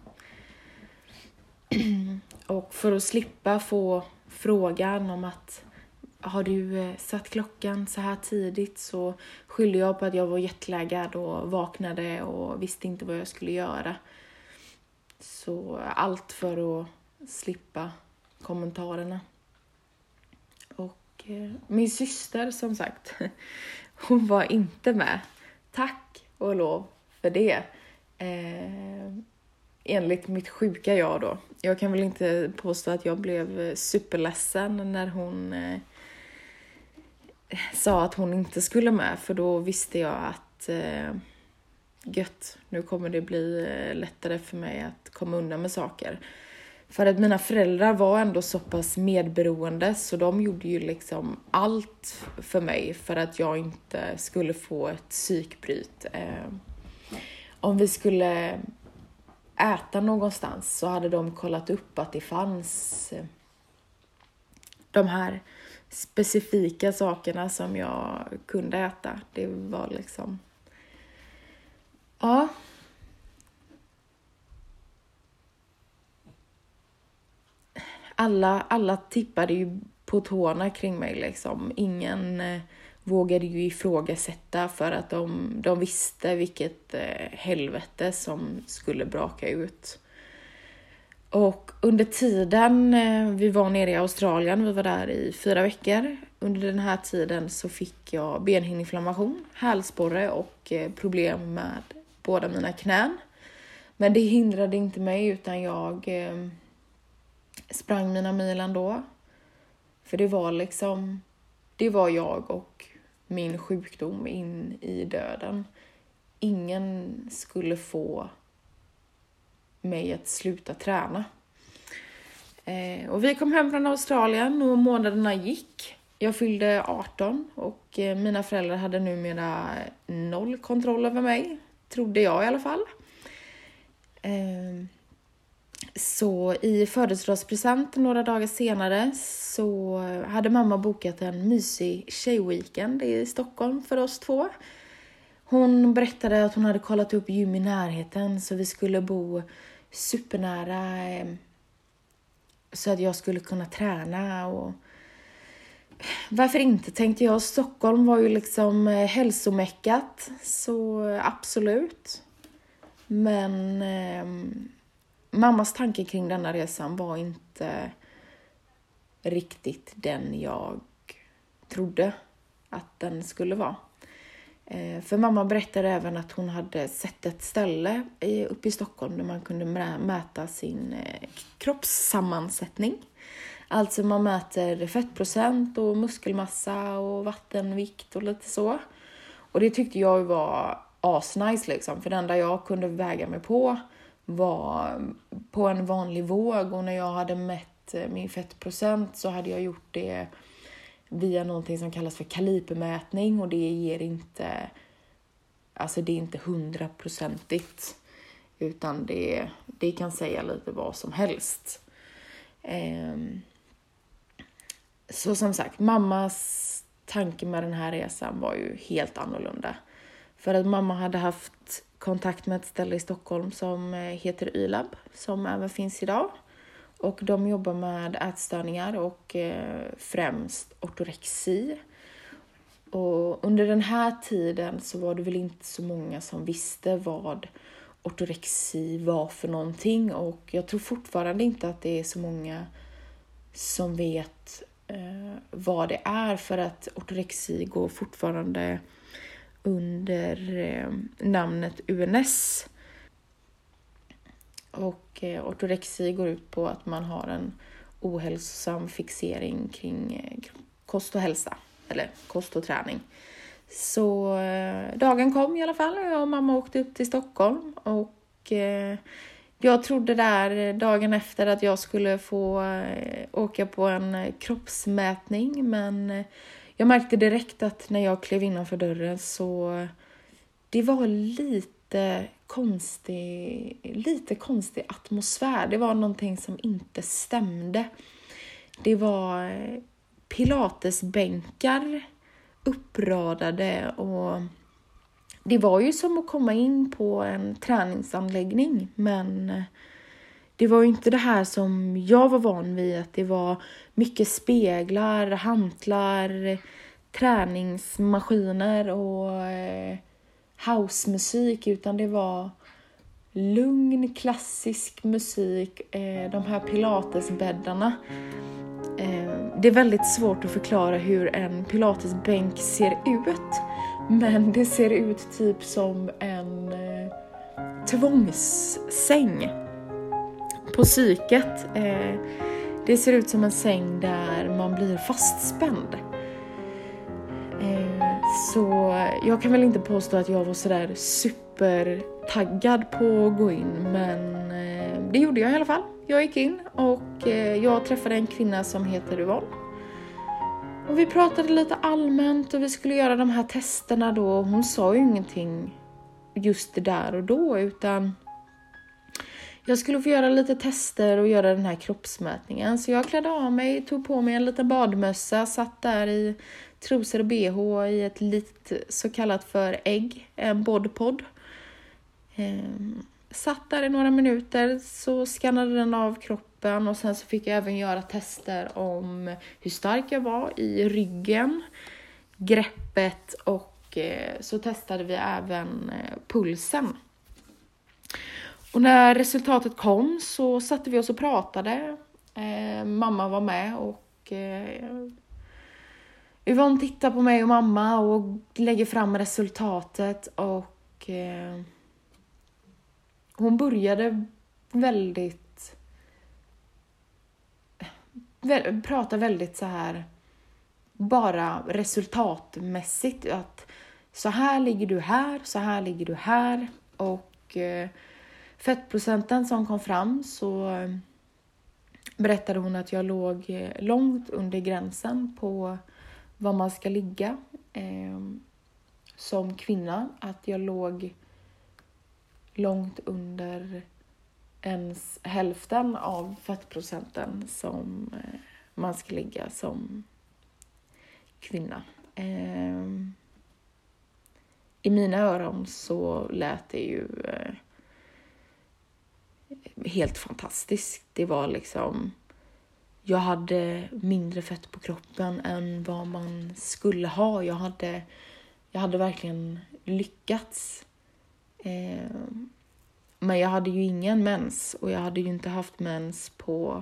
Speaker 2: Och för att slippa få frågan om att har du satt klockan så här tidigt, så skyllde jag på att jag var jetlaggad och vaknade och visste inte vad jag skulle göra. Så allt för att slippa kommentarerna. Och eh, min syster, som sagt, hon var inte med. Tack och lov för det. Eh, enligt mitt sjuka jag då. Jag kan väl inte påstå att jag blev superledsen när hon eh, sa att hon inte skulle med. För då visste jag att eh, gött, nu kommer det bli eh, lättare för mig att komma undan med saker. För att mina föräldrar var ändå så pass medberoende, så de gjorde ju liksom allt för mig för att jag inte skulle få ett psykbryt. Eh, om vi skulle äta någonstans så hade de kollat upp att det fanns eh, de här specifika sakerna som jag kunde äta. Det var liksom... Ja... Alla, alla tippade ju på tårna kring mig liksom. Ingen eh, vågade ju ifrågasätta, för att de, de visste vilket eh, helvete som skulle braka ut. Och under tiden eh, vi var nere i Australien, vi var där i fyra veckor. Under den här tiden så fick jag benhinneinflammation, hälsporre och eh, problem med båda mina knän. Men det hindrade inte mig, utan jag... Eh, sprang mina mil ändå. För det var liksom, det var jag och min sjukdom in i döden. Ingen skulle få mig att sluta träna. Eh, och vi kom hem från Australien och månaderna gick. Jag fyllde arton och eh, mina föräldrar hade numera noll kontroll över mig. Trodde jag i alla fall. Eh, Så i födelsedagspresent några dagar senare så hade mamma bokat en mysig tjejweekend i Stockholm för oss två. Hon berättade att hon hade kollat upp gym i närheten, så vi skulle bo supernära så att jag skulle kunna träna. Och varför inte, tänkte jag. Stockholm var ju liksom hälsomeckat, så absolut. Men eh, mammas tanke kring denna resan var inte riktigt den jag trodde att den skulle vara. Eh, för mamma berättade även att hon hade sett ett ställe i, uppe i Stockholm där man kunde mäta sin eh, kroppssammansättning. Alltså man mäter fettprocent och muskelmassa och vattenvikt och lite så. Och det tyckte jag var asnice liksom. För det enda jag kunde väga mig på var på en vanlig våg. Och när jag hade mätt min fettprocent så hade jag gjort det via någonting som kallas för kalipermätning. Och det ger inte, alltså det är inte hundraprocentigt. Utan det, det kan säga lite vad som helst. Um, Så som sagt, mammas tanke med den här resan var ju helt annorlunda. För att mamma hade haft kontakt med ett ställe i Stockholm som heter Y-lab, som även finns idag. Och de jobbar med ätstörningar och eh, främst ortorexi. Och under den här tiden så var det väl inte så många som visste vad ortorexi var för någonting. Och jag tror fortfarande inte att det är så många som vet eh, vad det är, för att ortorexi går fortfarande under eh, namnet U N S. Och eh, ortorexi går ut på att man har en ohälsosam fixering kring eh, kost och hälsa, eller kost och träning. Så eh, dagen kom i alla fall, jag och mamma åkte upp till Stockholm och eh, jag trodde där dagen efter att jag skulle få eh, åka på en kroppsmätning, men jag märkte direkt att när jag klev innanför dörren så det var lite konstig, lite konstig atmosfär. Det var någonting som inte stämde. Det var pilatesbänkar uppradade och det var ju som att komma in på en träningsanläggning, men det var ju inte det här som jag var van vid, att det var mycket speglar, hantlar, träningsmaskiner och eh, housemusik, utan det var lugn, klassisk musik, eh, de här pilatesbäddarna. Eh, det är väldigt svårt att förklara hur en pilatesbänk ser ut, men det ser ut typ som en eh, tvångssäng på psyket. Eh, det ser ut som en säng där man blir fastspänd. Eh, så jag kan väl inte påstå att jag var sådär supertaggad på att gå in, men eh, det gjorde jag i alla fall. Jag gick in och eh, jag träffade en kvinna som heter Yvonne. Och vi pratade lite allmänt och vi skulle göra de här testerna då. Hon sa ju ingenting just det där och då, utan jag skulle få göra lite tester och göra den här kroppsmätningen. Så jag klädde av mig, tog på mig en liten badmössa, satt där i trosor och B H i ett litet så kallat för ägg, en bodypod. Ehm, satt där i några minuter, så skannade den av kroppen och sen så fick jag även göra tester om hur stark jag var i ryggen, greppet och eh, så testade vi även eh, pulsen. Och när resultatet kom så satte vi oss och pratade. Eh, mamma var med och eh, Yvonne tittar på mig och mamma och lägger fram resultatet. Och eh, hon började väldigt vä- prata väldigt så här bara resultatmässigt. Att så här ligger du här, så här ligger du här. Och eh, fettprocenten som kom fram, så berättade hon att jag låg långt under gränsen på vad man ska ligga eh, som kvinna. Att jag låg långt under ens hälften av fettprocenten som eh, man ska ligga som kvinna. Eh, I mina öron så lät det ju eh, helt fantastiskt. Det var liksom jag hade mindre fett på kroppen än vad man skulle ha. Jag hade, jag hade verkligen lyckats. Eh, men jag hade ju ingen mens. Och jag hade ju inte haft mens på...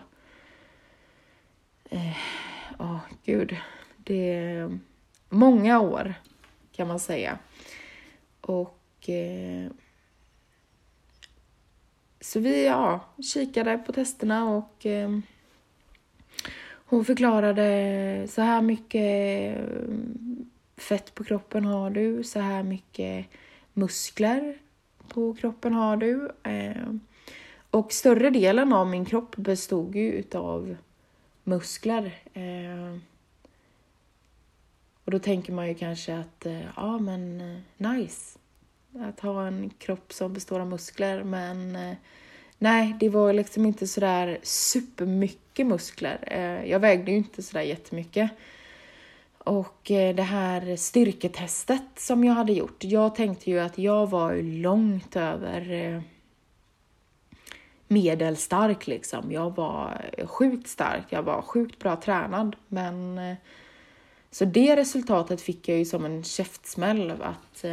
Speaker 2: Eh, oh, gud. Det är många år kan man säga. Och... Eh, så vi ja, kikade på testerna och... Eh, Hon förklarade så här mycket fett på kroppen har du. Så här mycket muskler på kroppen har du. Och större delen av min kropp bestod ju utav muskler. Och då tänker man ju kanske att ja men nice. Att ha en kropp som består av muskler. Men nej, det var liksom inte sådär supermycket muskler. Jag vägde ju inte sådär jättemycket. Och det här styrketestet som jag hade gjort. Jag tänkte ju att jag var långt över medelstark liksom. Jag var sjukt stark. Jag var sjukt bra tränad. Men så det resultatet fick jag ju som en käftsmäll. Att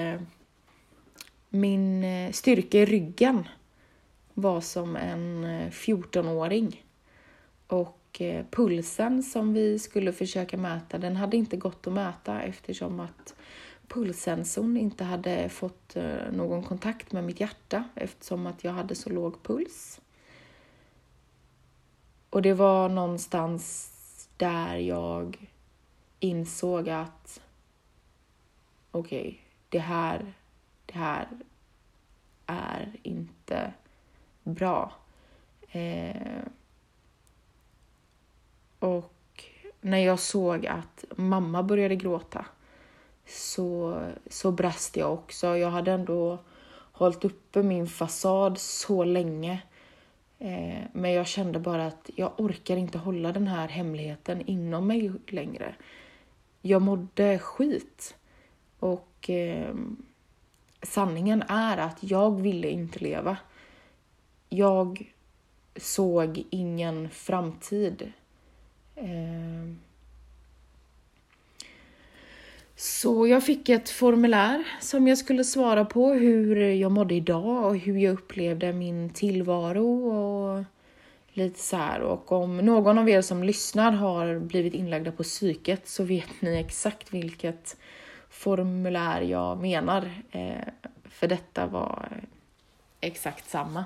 Speaker 2: min styrka i ryggen var som en fjortonåring. Och pulsen som vi skulle försöka mäta, den hade inte gått att mäta eftersom att pulssensorn inte hade fått någon kontakt med mitt hjärta eftersom att jag hade så låg puls. Och det var någonstans där jag insåg att okej, okay, det här, det här är inte bra. Eh, och när jag såg att mamma började gråta så, så brast jag också. Jag hade ändå hållit uppe min fasad så länge. Eh, men jag kände bara att jag orkar inte hålla den här hemligheten inom mig längre. Jag mådde skit. Och eh, sanningen är att jag ville inte leva. Jag såg ingen framtid. Eh, så jag fick ett formulär som jag skulle svara på hur jag mådde idag och hur jag upplevde min tillvaro och lite så här. Och om någon av er som lyssnar har blivit inlagda på psyket så vet ni exakt vilket formulär jag menar. Eh, för detta var exakt samma.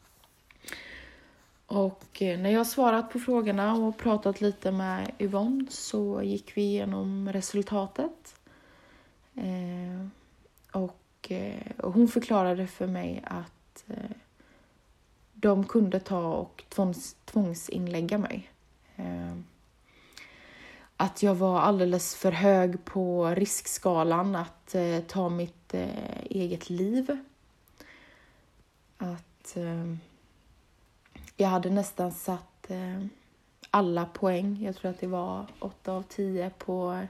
Speaker 2: Och när jag svarat på frågorna och pratat lite med Yvonne så gick vi igenom resultatet. Eh, och, och hon förklarade för mig att eh, de kunde ta och tvångs, tvångsinlägga mig. Eh, att jag var alldeles för hög på riskskalan att eh, ta mitt eh, eget liv. Att... Eh, Jag hade nästan satt eh, alla poäng. Jag tror att det var åtta av tio på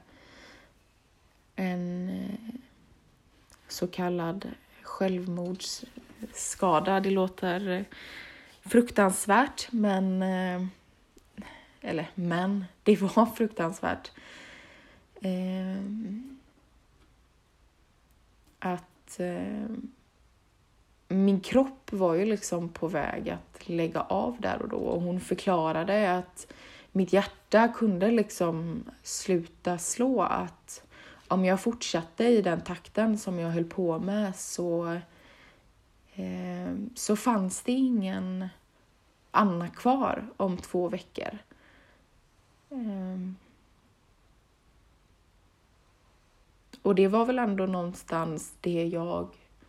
Speaker 2: en eh, så kallad självmordsskada. Det låter eh, fruktansvärt. Men, eh, eller men, det var fruktansvärt. Eh, att... Eh, Min kropp var ju liksom på väg att lägga av där och då. Och hon förklarade att mitt hjärta kunde liksom sluta slå. Att om jag fortsatte i den takten som jag höll på med så, eh, så fanns det ingen Anna kvar om två veckor. Eh, och det var väl ändå någonstans det jag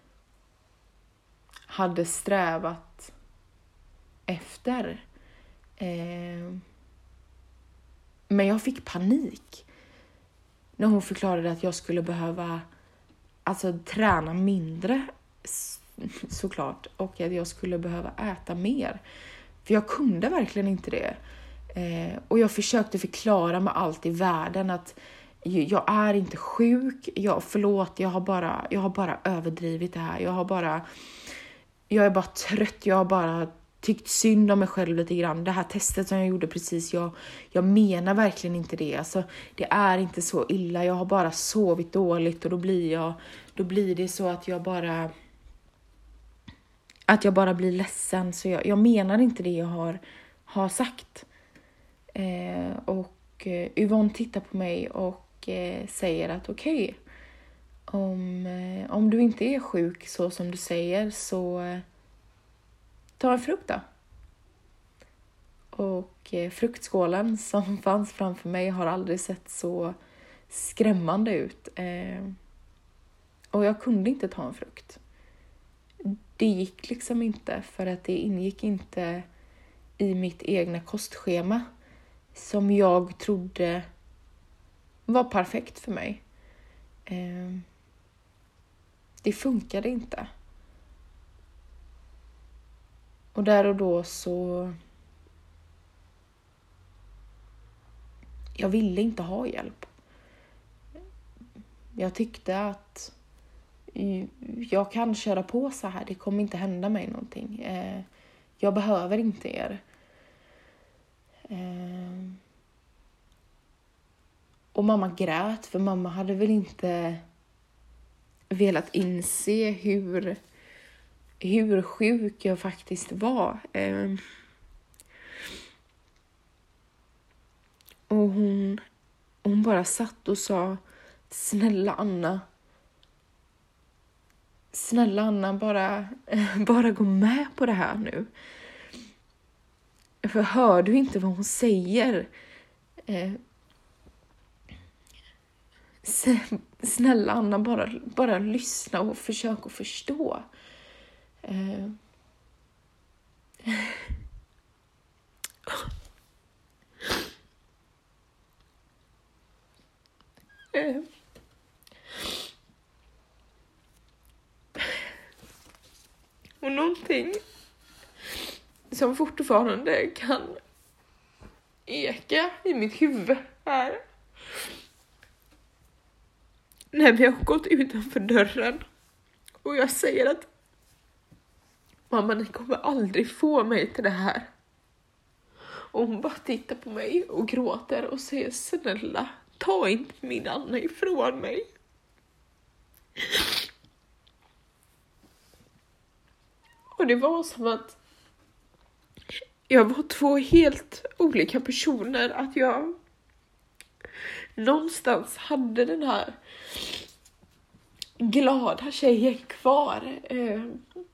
Speaker 2: hade strävat efter. Eh, men jag fick panik när hon förklarade att jag skulle behöva alltså träna mindre såklart och att jag skulle behöva äta mer. För jag kunde verkligen inte det. Eh, och jag försökte förklara med allt i världen att jag är inte sjuk. Jag, förlåt, jag har bara, jag har bara överdrivit det här. Jag har bara... Jag är bara trött, jag har bara tyckt synd om mig själv lite grann. Det här testet som jag gjorde precis, jag, jag menar verkligen inte det. Alltså, det är inte så illa. Jag har bara sovit dåligt och då blir jag, då blir det så att jag bara att jag bara blir ledsen. Så jag, jag menar inte det jag har, har sagt. Eh, och eh, Yvonne tittar på mig och eh, säger att okej, okay, om, eh, om du inte är sjuk så som du säger så eh, ta en frukt då. Och eh, fruktskålen som fanns framför mig har aldrig sett så skrämmande ut. Eh, och jag kunde inte ta en frukt. Det gick liksom inte, för att det ingick inte i mitt egna kostschema som jag trodde var perfekt för mig. Eh, det funkade inte. Och där och då så jag ville inte ha hjälp. Jag tyckte att jag kan köra på så här. Det kommer inte hända mig någonting. Jag behöver inte er. Och mamma grät, för mamma hade väl inte velat inse hur hur sjuk jag faktiskt var. Och hon, hon bara satt och sa, snälla Anna, snälla Anna, bara, bara gå med på det här nu. För hör du inte vad hon säger? Eh, snälla Anna, bara, bara lyssna och försök att förstå. Eh. eh. Och någonting som fortfarande kan eka i mitt huvud är när vi har gått utanför dörren och jag säger att mamma, ni kommer aldrig få mig till det här. Och hon bara tittar på mig och gråter och säger, snälla, ta inte min Anna ifrån mig. Och det var som att jag var två helt olika personer. Att jag någonstans hade den här glada tjejen kvar eh,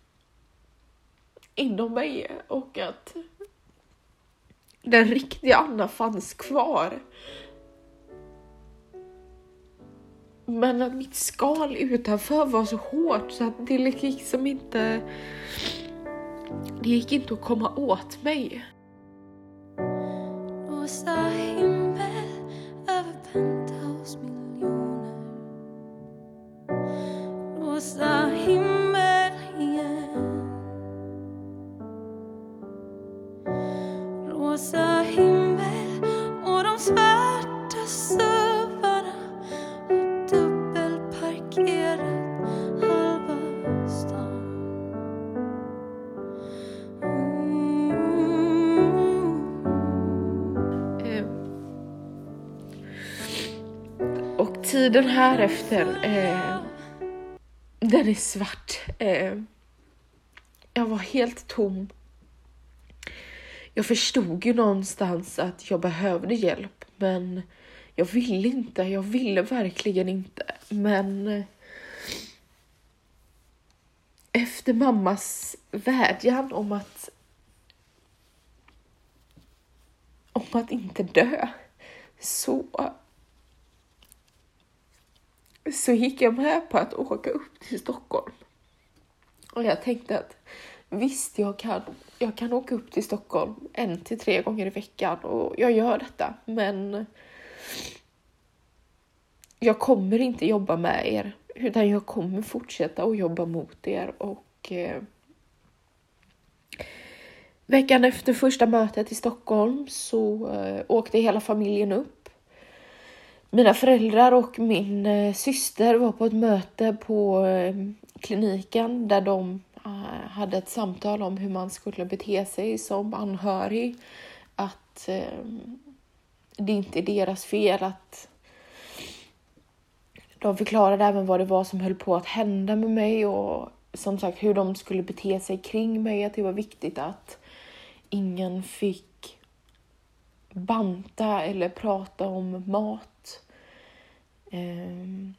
Speaker 2: inom mig. Och att den riktiga Anna fanns kvar. Men att mitt skal utanför var så hårt så att det liksom inte... Det gick inte att komma åt mig.
Speaker 1: Rosa himmel över penthouse-miljoner. Rosa himmel igen. Rosa himmel och de svarta suvarna har dubbelparkerat halva stan.
Speaker 2: Och tiden här efter eh, den är svart. Eh, jag var helt tom. Jag förstod ju någonstans att jag behövde hjälp, men jag ville inte. Jag ville verkligen inte. Men efter mammas vädjan om att om att inte dö så så gick jag med på att åka upp till Stockholm. Och jag tänkte att visst, jag kan, jag kan åka upp till Stockholm en till tre gånger i veckan och jag gör detta. Men jag kommer inte jobba med er, utan jag kommer fortsätta att jobba mot er. Och eh, veckan efter första mötet i Stockholm så eh, åkte hela familjen upp. Mina föräldrar och min eh, syster var på ett möte på eh, kliniken där de uh, hade ett samtal om hur man skulle bete sig som anhörig. Att uh, det inte är deras fel, att de förklarade även vad det var som höll på att hända med mig och som sagt hur de skulle bete sig kring mig. Att det var viktigt att ingen fick banta eller prata om mat. Um,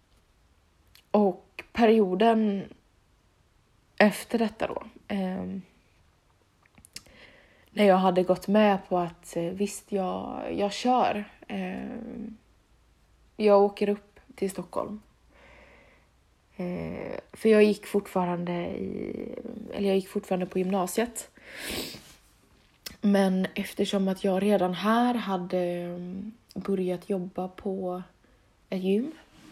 Speaker 2: och perioden efter detta då. Um, när jag hade gått med på att visst, jag, jag kör. Um, jag åker upp till Stockholm. Uh, för jag gick fortfarande i, eller jag gick fortfarande på gymnasiet. Men eftersom att jag redan här hade börjat jobba på ett gym,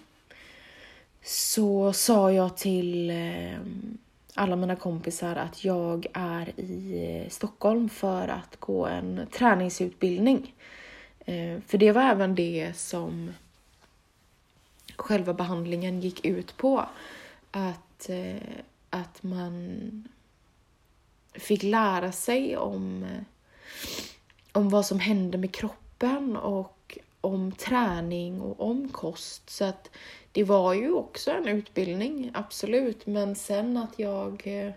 Speaker 2: så sa jag till alla mina kompisar att jag är i Stockholm för att gå en träningsutbildning. För det var även det som själva behandlingen gick ut på. Att, att man fick lära sig om, om vad som hände med kroppen och om träning och om kost. Så att det var ju också en utbildning, absolut. Men sen att jag eh,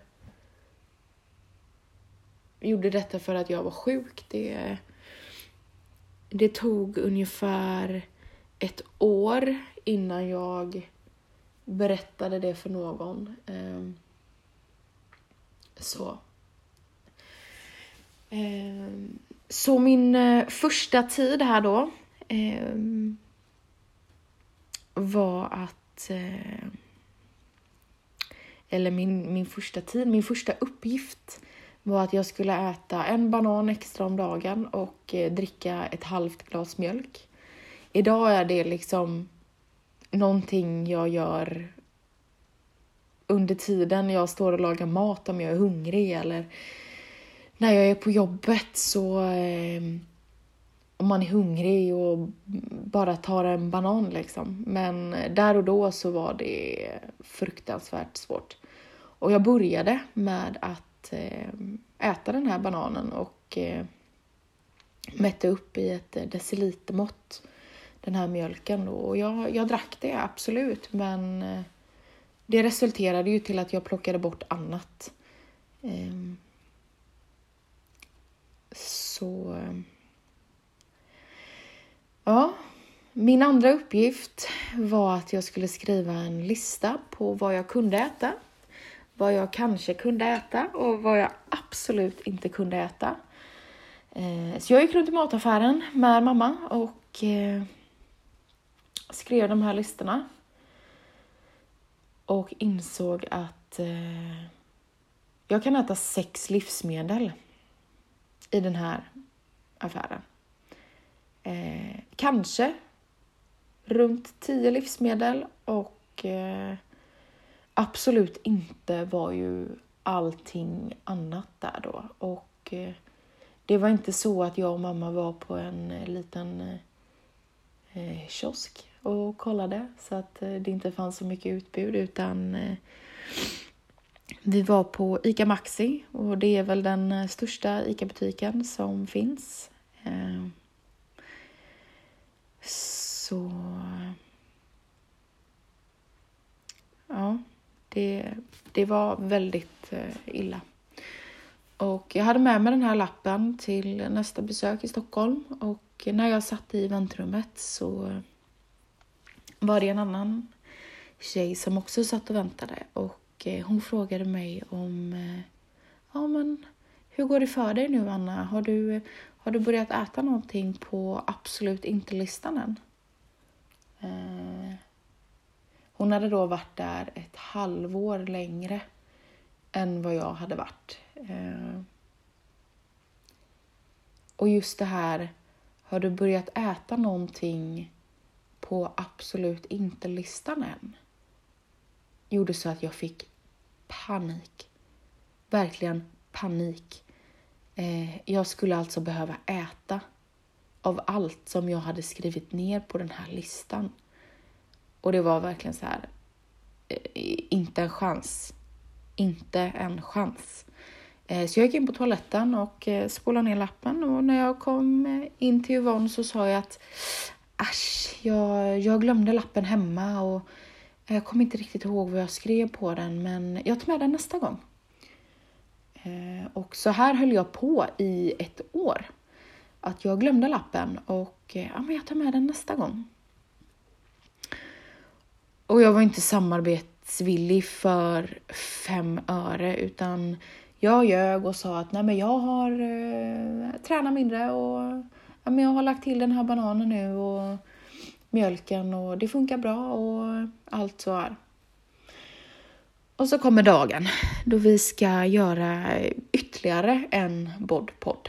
Speaker 2: gjorde detta för att jag var sjuk, det, det tog ungefär ett år innan jag berättade det för någon. Eh, så. Eh, så min eh, första tid här då eh, var att eh, eller min, min första tid, min första uppgift var att jag skulle äta en banan extra om dagen och eh, dricka ett halvt glas mjölk. Idag är det liksom någonting jag gör under tiden jag står och lagar mat om jag är hungrig, eller när jag är på jobbet så eh, om man är hungrig och bara tar en banan liksom. Men där och då så var det fruktansvärt svårt. Och jag började med att eh, äta den här bananen och eh, mätte upp i ett decilitermått den här mjölken då. Och jag, jag drack det absolut, men eh, det resulterade ju till att jag plockade bort annat. Eh, så... Eh, Ja, min andra uppgift var att jag skulle skriva en lista på vad jag kunde äta, vad jag kanske kunde äta och vad jag absolut inte kunde äta. Så jag gick runt i mataffären med mamma och skrev de här listorna och insåg att jag kan äta sex livsmedel i den här affären. Eh, kanske runt tio livsmedel och eh, absolut inte var ju allting annat där då. Och eh, det var inte så att jag och mamma var på en eh, liten eh, kiosk och kollade så att eh, det inte fanns så mycket utbud, utan eh, vi var på ICA Maxi, och det är väl den eh, största ICA-butiken som finns. Eh, Så ja, det, det var väldigt eh, illa. Och jag hade med mig den här lappen till nästa besök i Stockholm. Och när jag satt i väntrummet så var det en annan tjej som också satt och väntade. Och eh, hon frågade mig om, eh, ja men hur går det för dig nu, Anna? Har du... Har du börjat äta någonting på absolut inte listan än? Eh, hon hade då varit där ett halvår längre än vad jag hade varit. Eh, och just det här, har du börjat äta någonting på absolut inte listan än? Gjorde så att jag fick panik. Verkligen panik. Jag skulle alltså behöva äta av allt som jag hade skrivit ner på den här listan. Och det var verkligen så här, inte en chans. inte en chans. Så jag gick in på toaletten och spolade ner lappen. Och när jag kom in till Yvonne så sa jag att Asch, jag, jag glömde lappen hemma. Och jag kommer inte riktigt ihåg vad jag skrev på den. Men jag tar med den nästa gång. Och så här höll jag på i ett år. Att jag glömde lappen. Och ja, men jag tar med den nästa gång. Och jag var inte samarbetsvillig för fem öre. Utan jag ljög och sa att nej, men jag har eh, tränat mindre. Och ja, men jag har lagt till den här bananen nu. Och mjölken. Och det funkar bra. Och allt så här. Och så kommer dagen. Då vi ska göra ytterligare en bodpodd.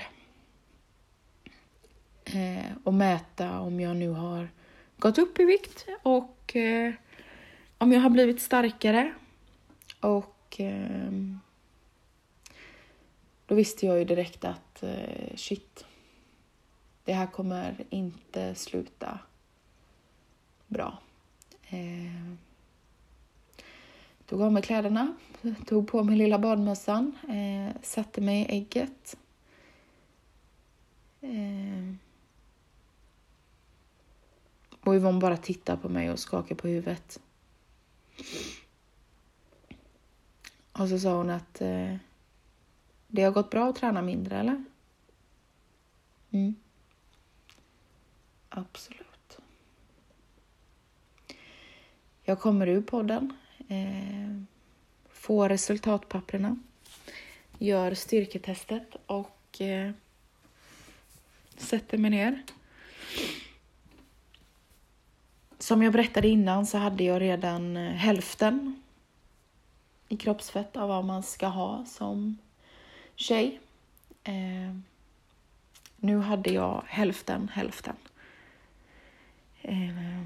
Speaker 2: Eh, och mäta om jag nu har gått upp i vikt. Och eh, om jag har blivit starkare. Och eh, då visste jag ju direkt att eh, shit. Det här kommer inte sluta bra. Eh, tog av mig kläderna. Tog på mig lilla badmössan. Eh, satte mig i ägget. Eh, och Yvonne bara tittade på mig och skakade på huvudet. Och så sa hon att eh, det har gått bra att träna mindre, eller? Mm. Absolut. Jag kommer ur podden. Eh, får resultatpapperna. Gör styrketestet och eh, sätter mig ner. Som jag berättade innan så hade jag redan hälften i kroppsfett av vad man ska ha som tjej. Eh, nu hade jag hälften, hälften. Eh,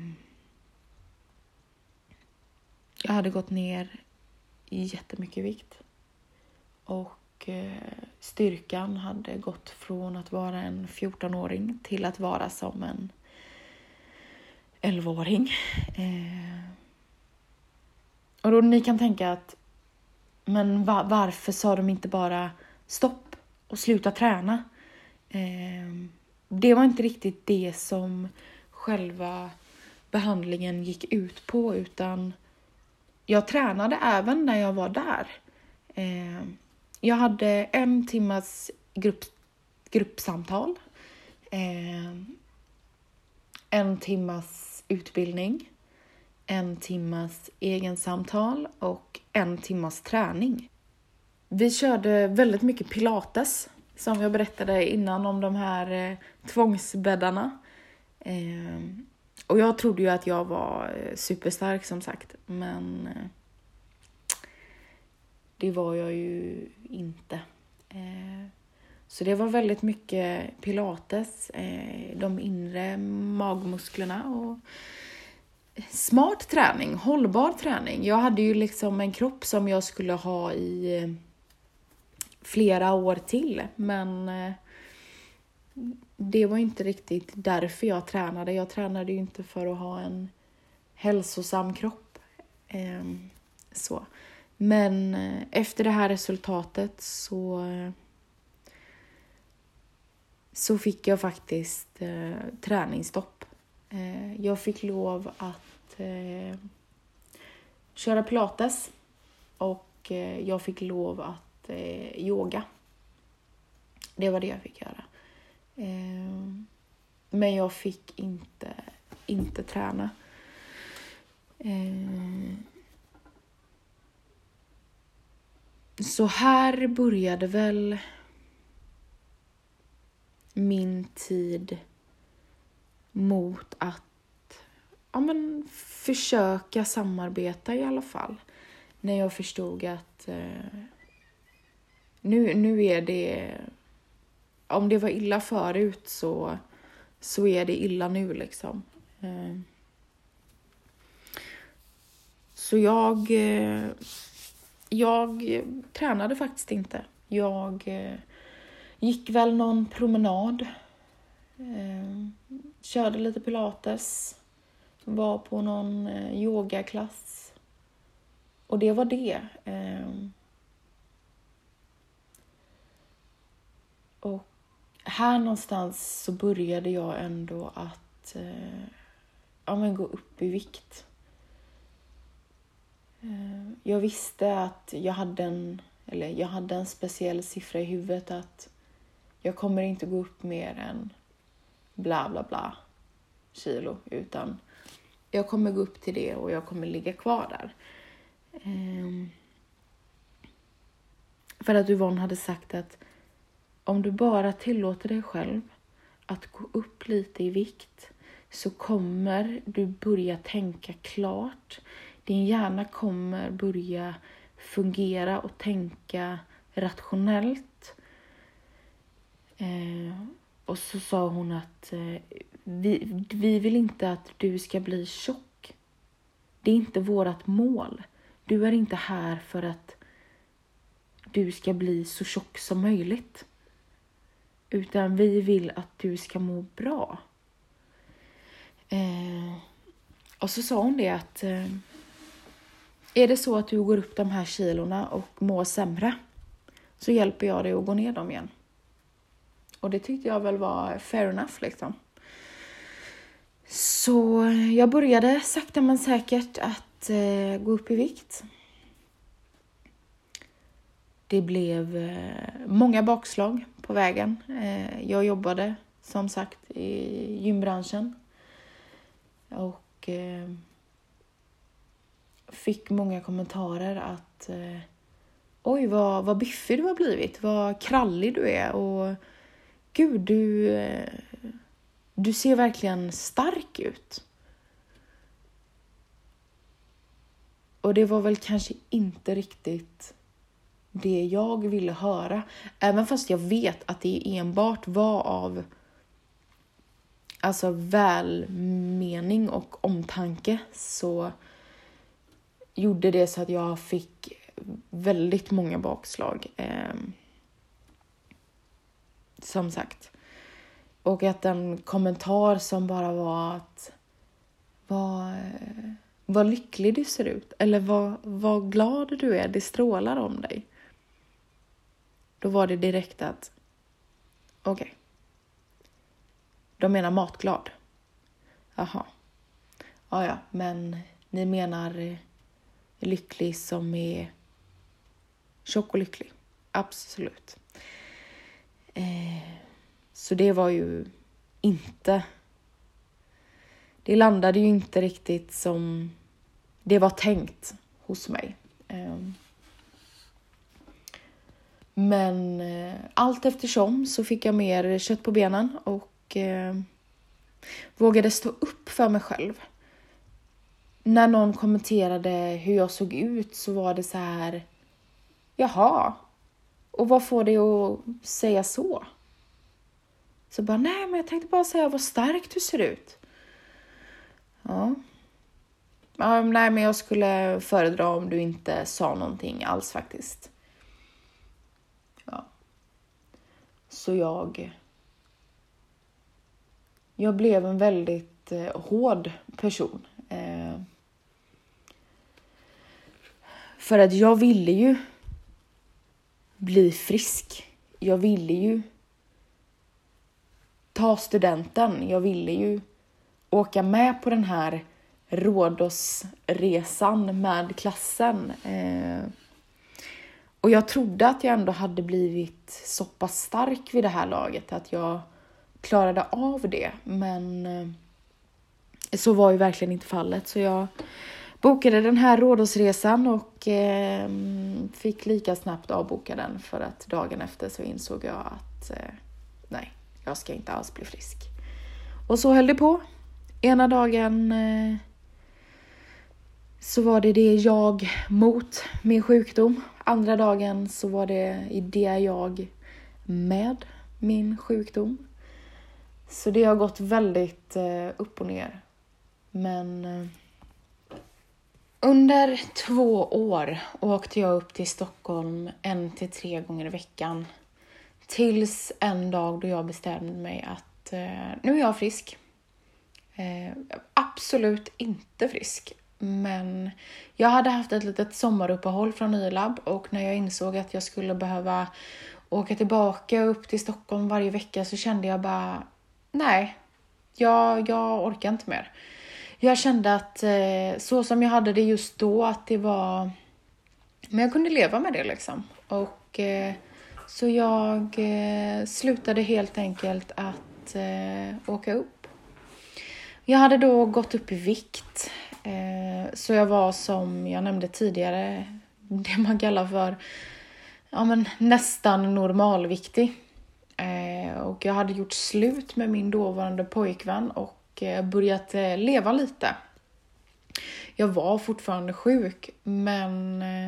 Speaker 2: jag hade gått ner i jättemycket vikt. Och eh, styrkan hade gått från att vara en fjortonåring till att vara som en elvaåring. Eh, och då ni kan tänka att men va- varför sa de inte bara stopp och sluta träna? Eh, det var inte riktigt det som själva behandlingen gick ut på, utan jag tränade även när jag var där. Eh, jag hade en timmas grupp, gruppsamtal. Eh, en timmas utbildning. En timmas egensamtal och en timmas träning. Vi körde väldigt mycket pilates. Som jag berättade innan om de här eh, tvångsbäddarna. Eh, och jag trodde ju att jag var eh, superstark som sagt. Men eh, det var jag ju inte. Eh, så det var väldigt mycket pilates. Eh, de inre magmusklerna och smart träning, hållbar träning. Jag hade ju liksom en kropp som jag skulle ha i eh, flera år till. Men eh, det var inte riktigt därför jag tränade. Jag tränade ju inte för att ha en hälsosam kropp. Eh, så. Men eh, efter det här resultatet så, eh, så fick jag faktiskt eh, träningsstopp. Eh, jag fick lov att eh, köra pilates och eh, jag fick lov att eh, yoga. Det var det jag fick göra. Eh, men jag fick inte, inte träna. Eh, så här började väl min tid mot att ja, men, försöka samarbeta i alla fall. När jag förstod att eh, nu, nu är det, om det var illa förut så, så är det illa nu liksom. Eh, så jag, eh, jag tränade faktiskt inte. Jag eh, gick väl någon promenad. Eh, körde lite pilates. Var på någon eh, yogaklass. Och det var det. Eh, Och här någonstans så började jag ändå att eh, ja, men gå upp i vikt. Eh, jag visste att jag hade en, eller jag hade en speciell siffra i huvudet, att jag kommer inte gå upp mer än bla bla bla kilo, utan jag kommer gå upp till det och jag kommer ligga kvar där. Eh, för att Yvonne hade sagt att om du bara tillåter dig själv att gå upp lite i vikt, så kommer du börja tänka klart. Din hjärna kommer börja fungera och tänka rationellt. Eh, och så sa hon att eh, vi, vi vill inte att du ska bli tjock. Det är inte vårat mål. Du är inte här för att du ska bli så tjock som möjligt. Utan vi vill att du ska må bra. Eh, och så sa hon det att eh, är det så att du går upp de här kilorna och mår sämre, så hjälper jag dig att gå ner dem igen. Och det tyckte jag väl var fair enough liksom. Så jag började sakta men säkert att eh, gå upp i vikt. Det blev eh, många bakslag på vägen. Eh, jag jobbade som sagt i gymbranschen. Och eh, fick många kommentarer att eh, oj, vad, vad biffig du har blivit. Vad krallig du är. Och gud, du, eh, du ser verkligen stark ut. Och det var väl kanske inte riktigt det jag ville höra. Även fast jag vet att det enbart var av alltså välmening och omtanke, så gjorde det så att jag fick väldigt många bakslag. Eh, som sagt. Och att en kommentar som bara var att vad, vad lycklig du ser ut. Eller vad, vad glad du är. Det strålar om dig. Då var det direkt att okej. Okay. De menar matglad. Jaha. Ja, ja, men ni menar lycklig som är tjock och lycklig. Absolut. Eh, så det var ju inte... Det landade ju inte riktigt som det var tänkt hos mig. Eh, men eh, allt eftersom så fick jag mer kött på benen och eh, vågade stå upp för mig själv. När någon kommenterade hur jag såg ut så var det så här: jaha, och vad får det att säga så? Så bara, nej men jag tänkte bara säga vad stark du ser ut. Ja. ja. Nej men jag skulle föredra om du inte sa någonting alls faktiskt. Ja. Så jag... Jag blev en väldigt eh, hård person. Eh, för att jag ville ju bli frisk. Jag ville ju ta studenten. Jag ville ju åka med på den här Rhodosresan med klassen. Eh, och jag trodde att jag ändå hade blivit så pass stark vid det här laget att jag klarade av det. Men eh, så var ju verkligen inte fallet. Så jag bokade den här Rhodosresan och eh, fick lika snabbt avboka den. För att dagen efter så insåg jag att eh, nej, jag ska inte alls bli frisk. Och så höll det på. Ena dagen eh, så var det det jag mot min sjukdom. Andra dagen så var det det jag med min sjukdom. Så det har gått väldigt eh, upp och ner. Men eh, under två år åkte jag upp till Stockholm en till tre gånger i veckan. Tills en dag då jag bestämde mig att eh, nu är jag frisk. Eh, absolut inte frisk. Men jag hade haft ett litet sommaruppehåll från Y-lab. Och när jag insåg att jag skulle behöva åka tillbaka upp till Stockholm varje vecka så kände jag bara, nej, jag, jag orkar inte mer. Jag kände att eh, så som jag hade det just då, att det var, men jag kunde leva med det liksom. Och eh, så jag eh, slutade helt enkelt att eh, åka upp. Jag hade då gått upp i vikt. Eh, så jag var, som jag nämnde tidigare, det man kallar för ja, men nästan normalviktig. Eh, och jag hade gjort slut med min dåvarande pojkvän och eh, börjat eh, leva lite. Jag var fortfarande sjuk, men eh,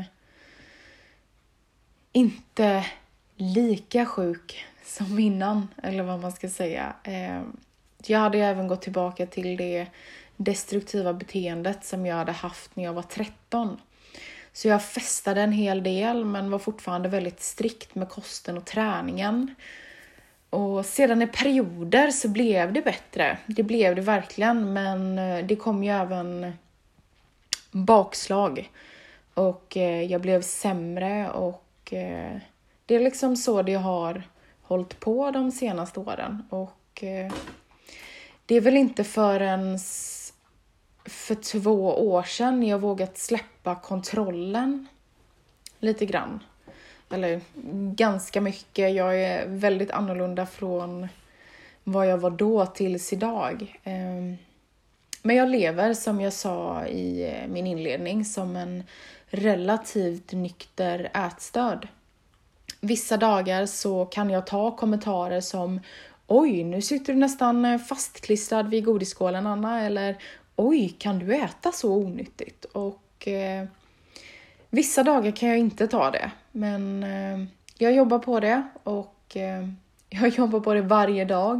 Speaker 2: inte lika sjuk som innan, eller vad man ska säga. Eh, jag hade även gått tillbaka till det destruktiva beteendet som jag hade haft när jag var tretton. Så jag festade en hel del, men var fortfarande väldigt strikt med kosten och träningen. Och sedan i perioder så blev det bättre. Det blev det verkligen, men det kom ju även bakslag. Och jag blev sämre och det är liksom så det har hållit på de senaste åren. Och det är väl inte förrän för två år sedan jag vågat släppa kontrollen lite grann. Eller ganska mycket. Jag är väldigt annorlunda från vad jag var då tills idag. Men jag lever, som jag sa i min inledning, som en relativt nykter ätstörd. Vissa dagar så kan jag ta kommentarer som oj, nu sitter du nästan fastklistrad vid godisskålen, Anna. Eller oj, kan du äta så onyttigt? Och eh, vissa dagar kan jag inte ta det. Men eh, jag jobbar på det. Och eh, jag jobbar på det varje dag.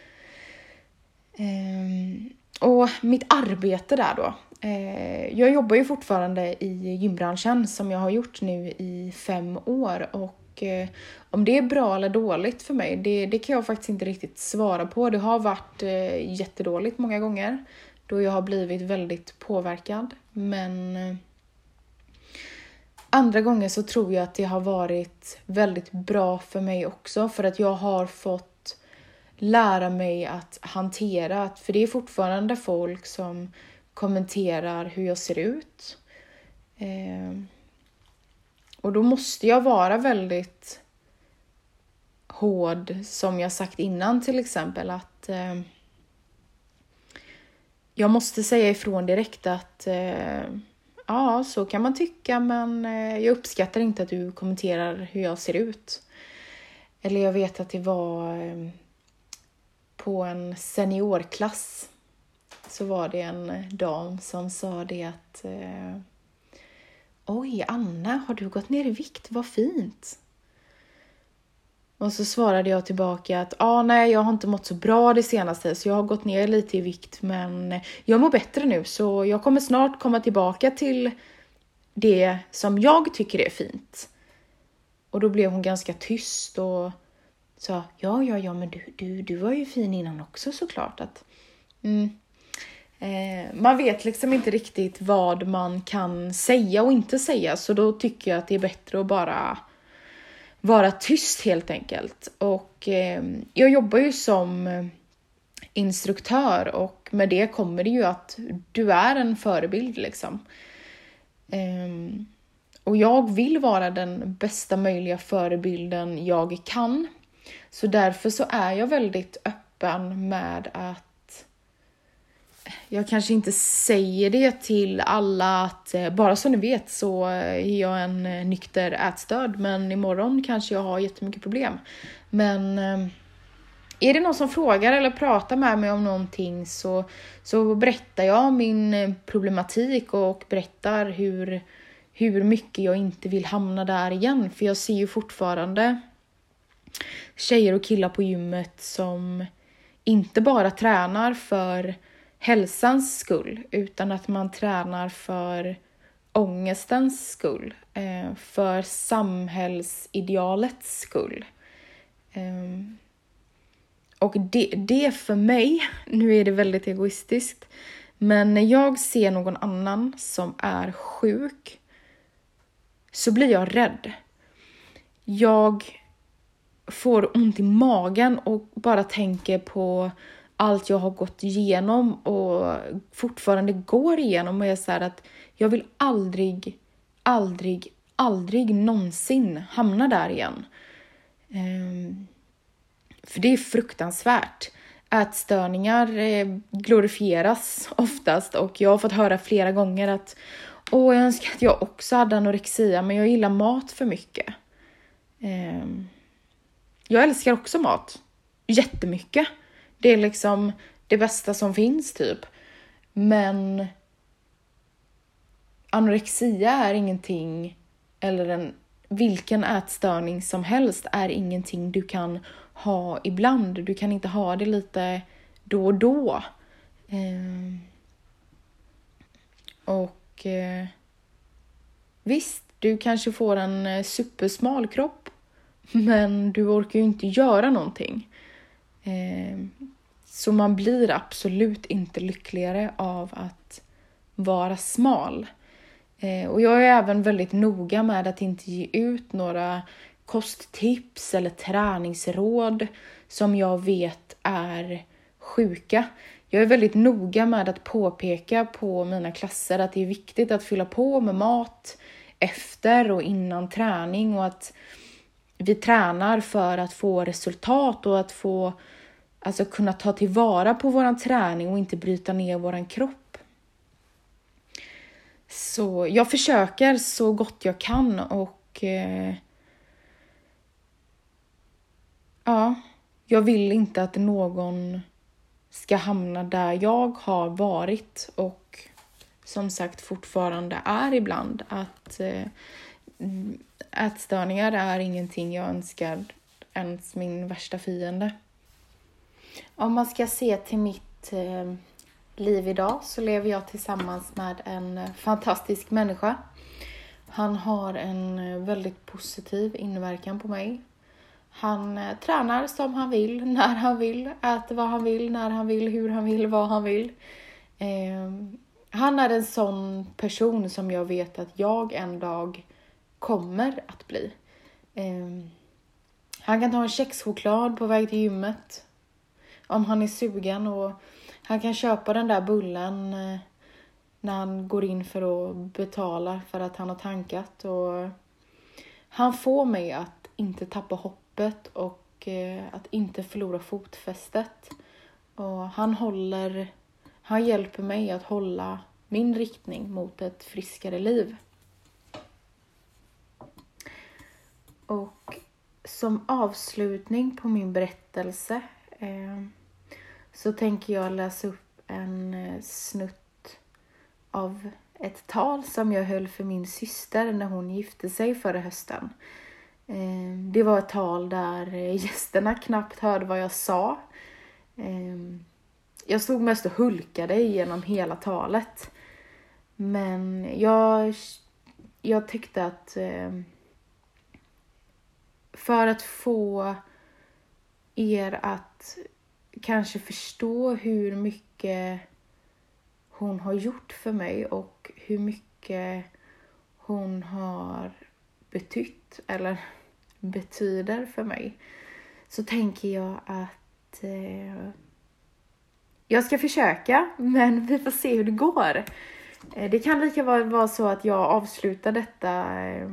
Speaker 2: Eh, och mitt arbete där då. Eh, jag jobbar ju fortfarande i gymbranschen som jag har gjort nu i fem år. Och eh, om det är bra eller dåligt för mig, det, det kan jag faktiskt inte riktigt svara på. Det har varit eh, jättedåligt många gånger. Då jag har blivit väldigt påverkad. Men eh, andra gånger så tror jag att det har varit väldigt bra för mig också. För att jag har fått lära mig att hantera. För det är fortfarande folk som kommenterar hur jag ser ut. Eh, och då måste jag vara väldigt hård, som jag sagt innan till exempel. Att eh, jag måste säga ifrån direkt att eh, ja, så kan man tycka, men eh, jag uppskattar inte att du kommenterar hur jag ser ut. Eller jag vet att det var eh, på en seniorklass så var det en dam som sa det att eh, oj, Anna, har du gått ner i vikt? Vad fint. Och så svarade jag tillbaka att ah, nej, jag har inte mått så bra det senaste, så jag har gått ner lite i vikt, men jag mår bättre nu, så jag kommer snart komma tillbaka till det som jag tycker är fint. Och då blev hon ganska tyst och sa ja, ja, ja, men du, du, du var ju fin innan också såklart. Att, mm, eh, man vet liksom inte riktigt vad man kan säga och inte säga, så då tycker jag att det är bättre att bara vara tyst helt enkelt. Och eh, jag jobbar ju som instruktör, och med det kommer det ju att du är en förebild liksom. Eh, och jag vill vara den bästa möjliga förebilden jag kan. Så därför så är jag väldigt öppen med att jag kanske inte säger det till alla att bara så ni vet så är jag en nykter ätstörd, men imorgon kanske jag har jättemycket problem. Men är det någon som frågar eller pratar med mig om någonting så, så berättar jag min problematik och berättar hur, hur mycket jag inte vill hamna där igen. För jag ser ju fortfarande tjejer och killar på gymmet som inte bara tränar för hälsans skull, utan att man tränar för ångestens skull, för samhällsidealets skull. Och det, det för mig, nu är det väldigt egoistiskt, men när jag ser någon annan som är sjuk så blir jag rädd. Jag får ont i magen och bara tänker på allt jag har gått igenom och fortfarande går igenom. Och jag säger att jag vill aldrig, aldrig, aldrig någonsin hamna där igen. Um, för det är fruktansvärt. Ätstörningar glorifieras oftast och jag har fått höra flera gånger att åh, jag önskar att jag också hade anorexia, men jag gillar mat för mycket. Um, jag älskar också mat jättemycket. Det är liksom det bästa som finns typ. Men anorexia är ingenting, eller en, vilken ätstörning som helst är ingenting du kan ha ibland. Du kan inte ha det lite då och då. Eh, och eh, visst, du kanske får en supersmal kropp, men du orkar ju inte göra någonting. Eh, så man blir absolut inte lyckligare av att vara smal. Eh, och jag är även väldigt noga med att inte ge ut några kosttips eller träningsråd som jag vet är sjuka. Jag är väldigt noga med att påpeka på mina klasser att det är viktigt att fylla på med mat efter och innan träning, och att vi tränar för att få resultat och att få, alltså kunna ta tillvara på våran träning och inte bryta ner våran kropp. Så jag försöker så gott jag kan och eh, ja, jag vill inte att någon ska hamna där jag har varit och som sagt fortfarande är ibland. Att eh, ätstörningar är ingenting jag önskar ens min värsta fiende. Om man ska se till mitt eh, liv idag så lever jag tillsammans med en fantastisk människa. Han har en väldigt positiv inverkan på mig. Han eh, tränar som han vill, när han vill, äter vad han vill, när han vill, hur han vill, vad han vill. Eh, han är en sån person som jag vet att jag en dag kommer att bli. Eh, han kan ta en kexchoklad på väg till gymmet om han är sugen, och han kan köpa den där bullen eh, när han går in för att betala för att han har tankat. Och han får mig att inte tappa hoppet och eh, att inte förlora fotfästet. Och han håller, han hjälper mig att hålla min riktning mot ett friskare liv. Och som avslutning på min berättelse eh, så tänker jag läsa upp en eh, snutt av ett tal som jag höll för min syster när hon gifte sig förra hösten. Eh, det var ett tal där gästerna knappt hörde vad jag sa. Eh, jag stod mest och hulkade genom hela talet. Men jag, jag tyckte att eh, för att få er att kanske förstå hur mycket hon har gjort för mig och hur mycket hon har betytt eller betyder för mig, så tänker jag att eh, jag ska försöka, men vi får se hur det går. Eh, det kan lika väl vara så att jag avslutar detta eh,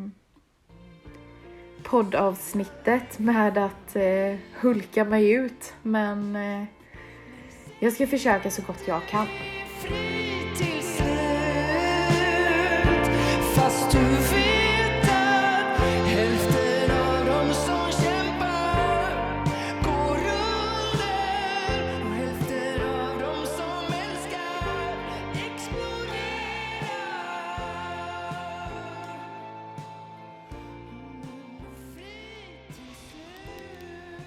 Speaker 2: poddavsnittet med att eh, hulka mig ut, men eh, jag ska försöka så gott jag kan.
Speaker 3: Fri till slut, fast du vet att hälften av dem som kämpar går under och hälften av dem som älskar exploderar. Fri till slut.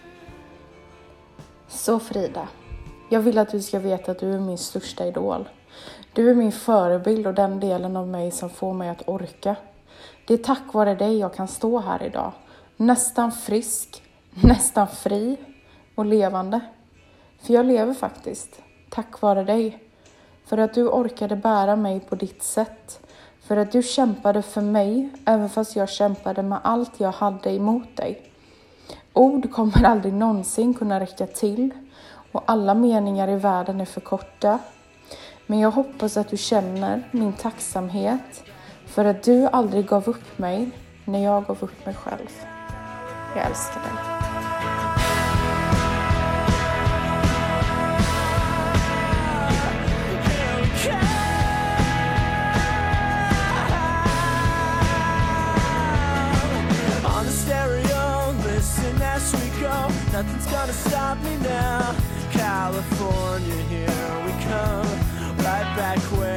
Speaker 2: Så Frida, jag vill att du ska veta att du är min största idol. Du är min förebild och den delen av mig som får mig att orka. Det är tack vare dig jag kan stå här idag. Nästan frisk, nästan fri och levande. För jag lever faktiskt. Tack vare dig. För att du orkade bära mig på ditt sätt. För att du kämpade för mig även fast jag kämpade med allt jag hade emot dig. Ord kommer aldrig någonsin kunna räcka till och alla meningar i världen är för korta. Men jag hoppas att du känner min tacksamhet för att du aldrig gav upp mig när jag gav upp mig själv. Jag älskar dig.
Speaker 3: On the stereo, listen as we go. Nothing's gonna stop me now. California, here we come. Right back where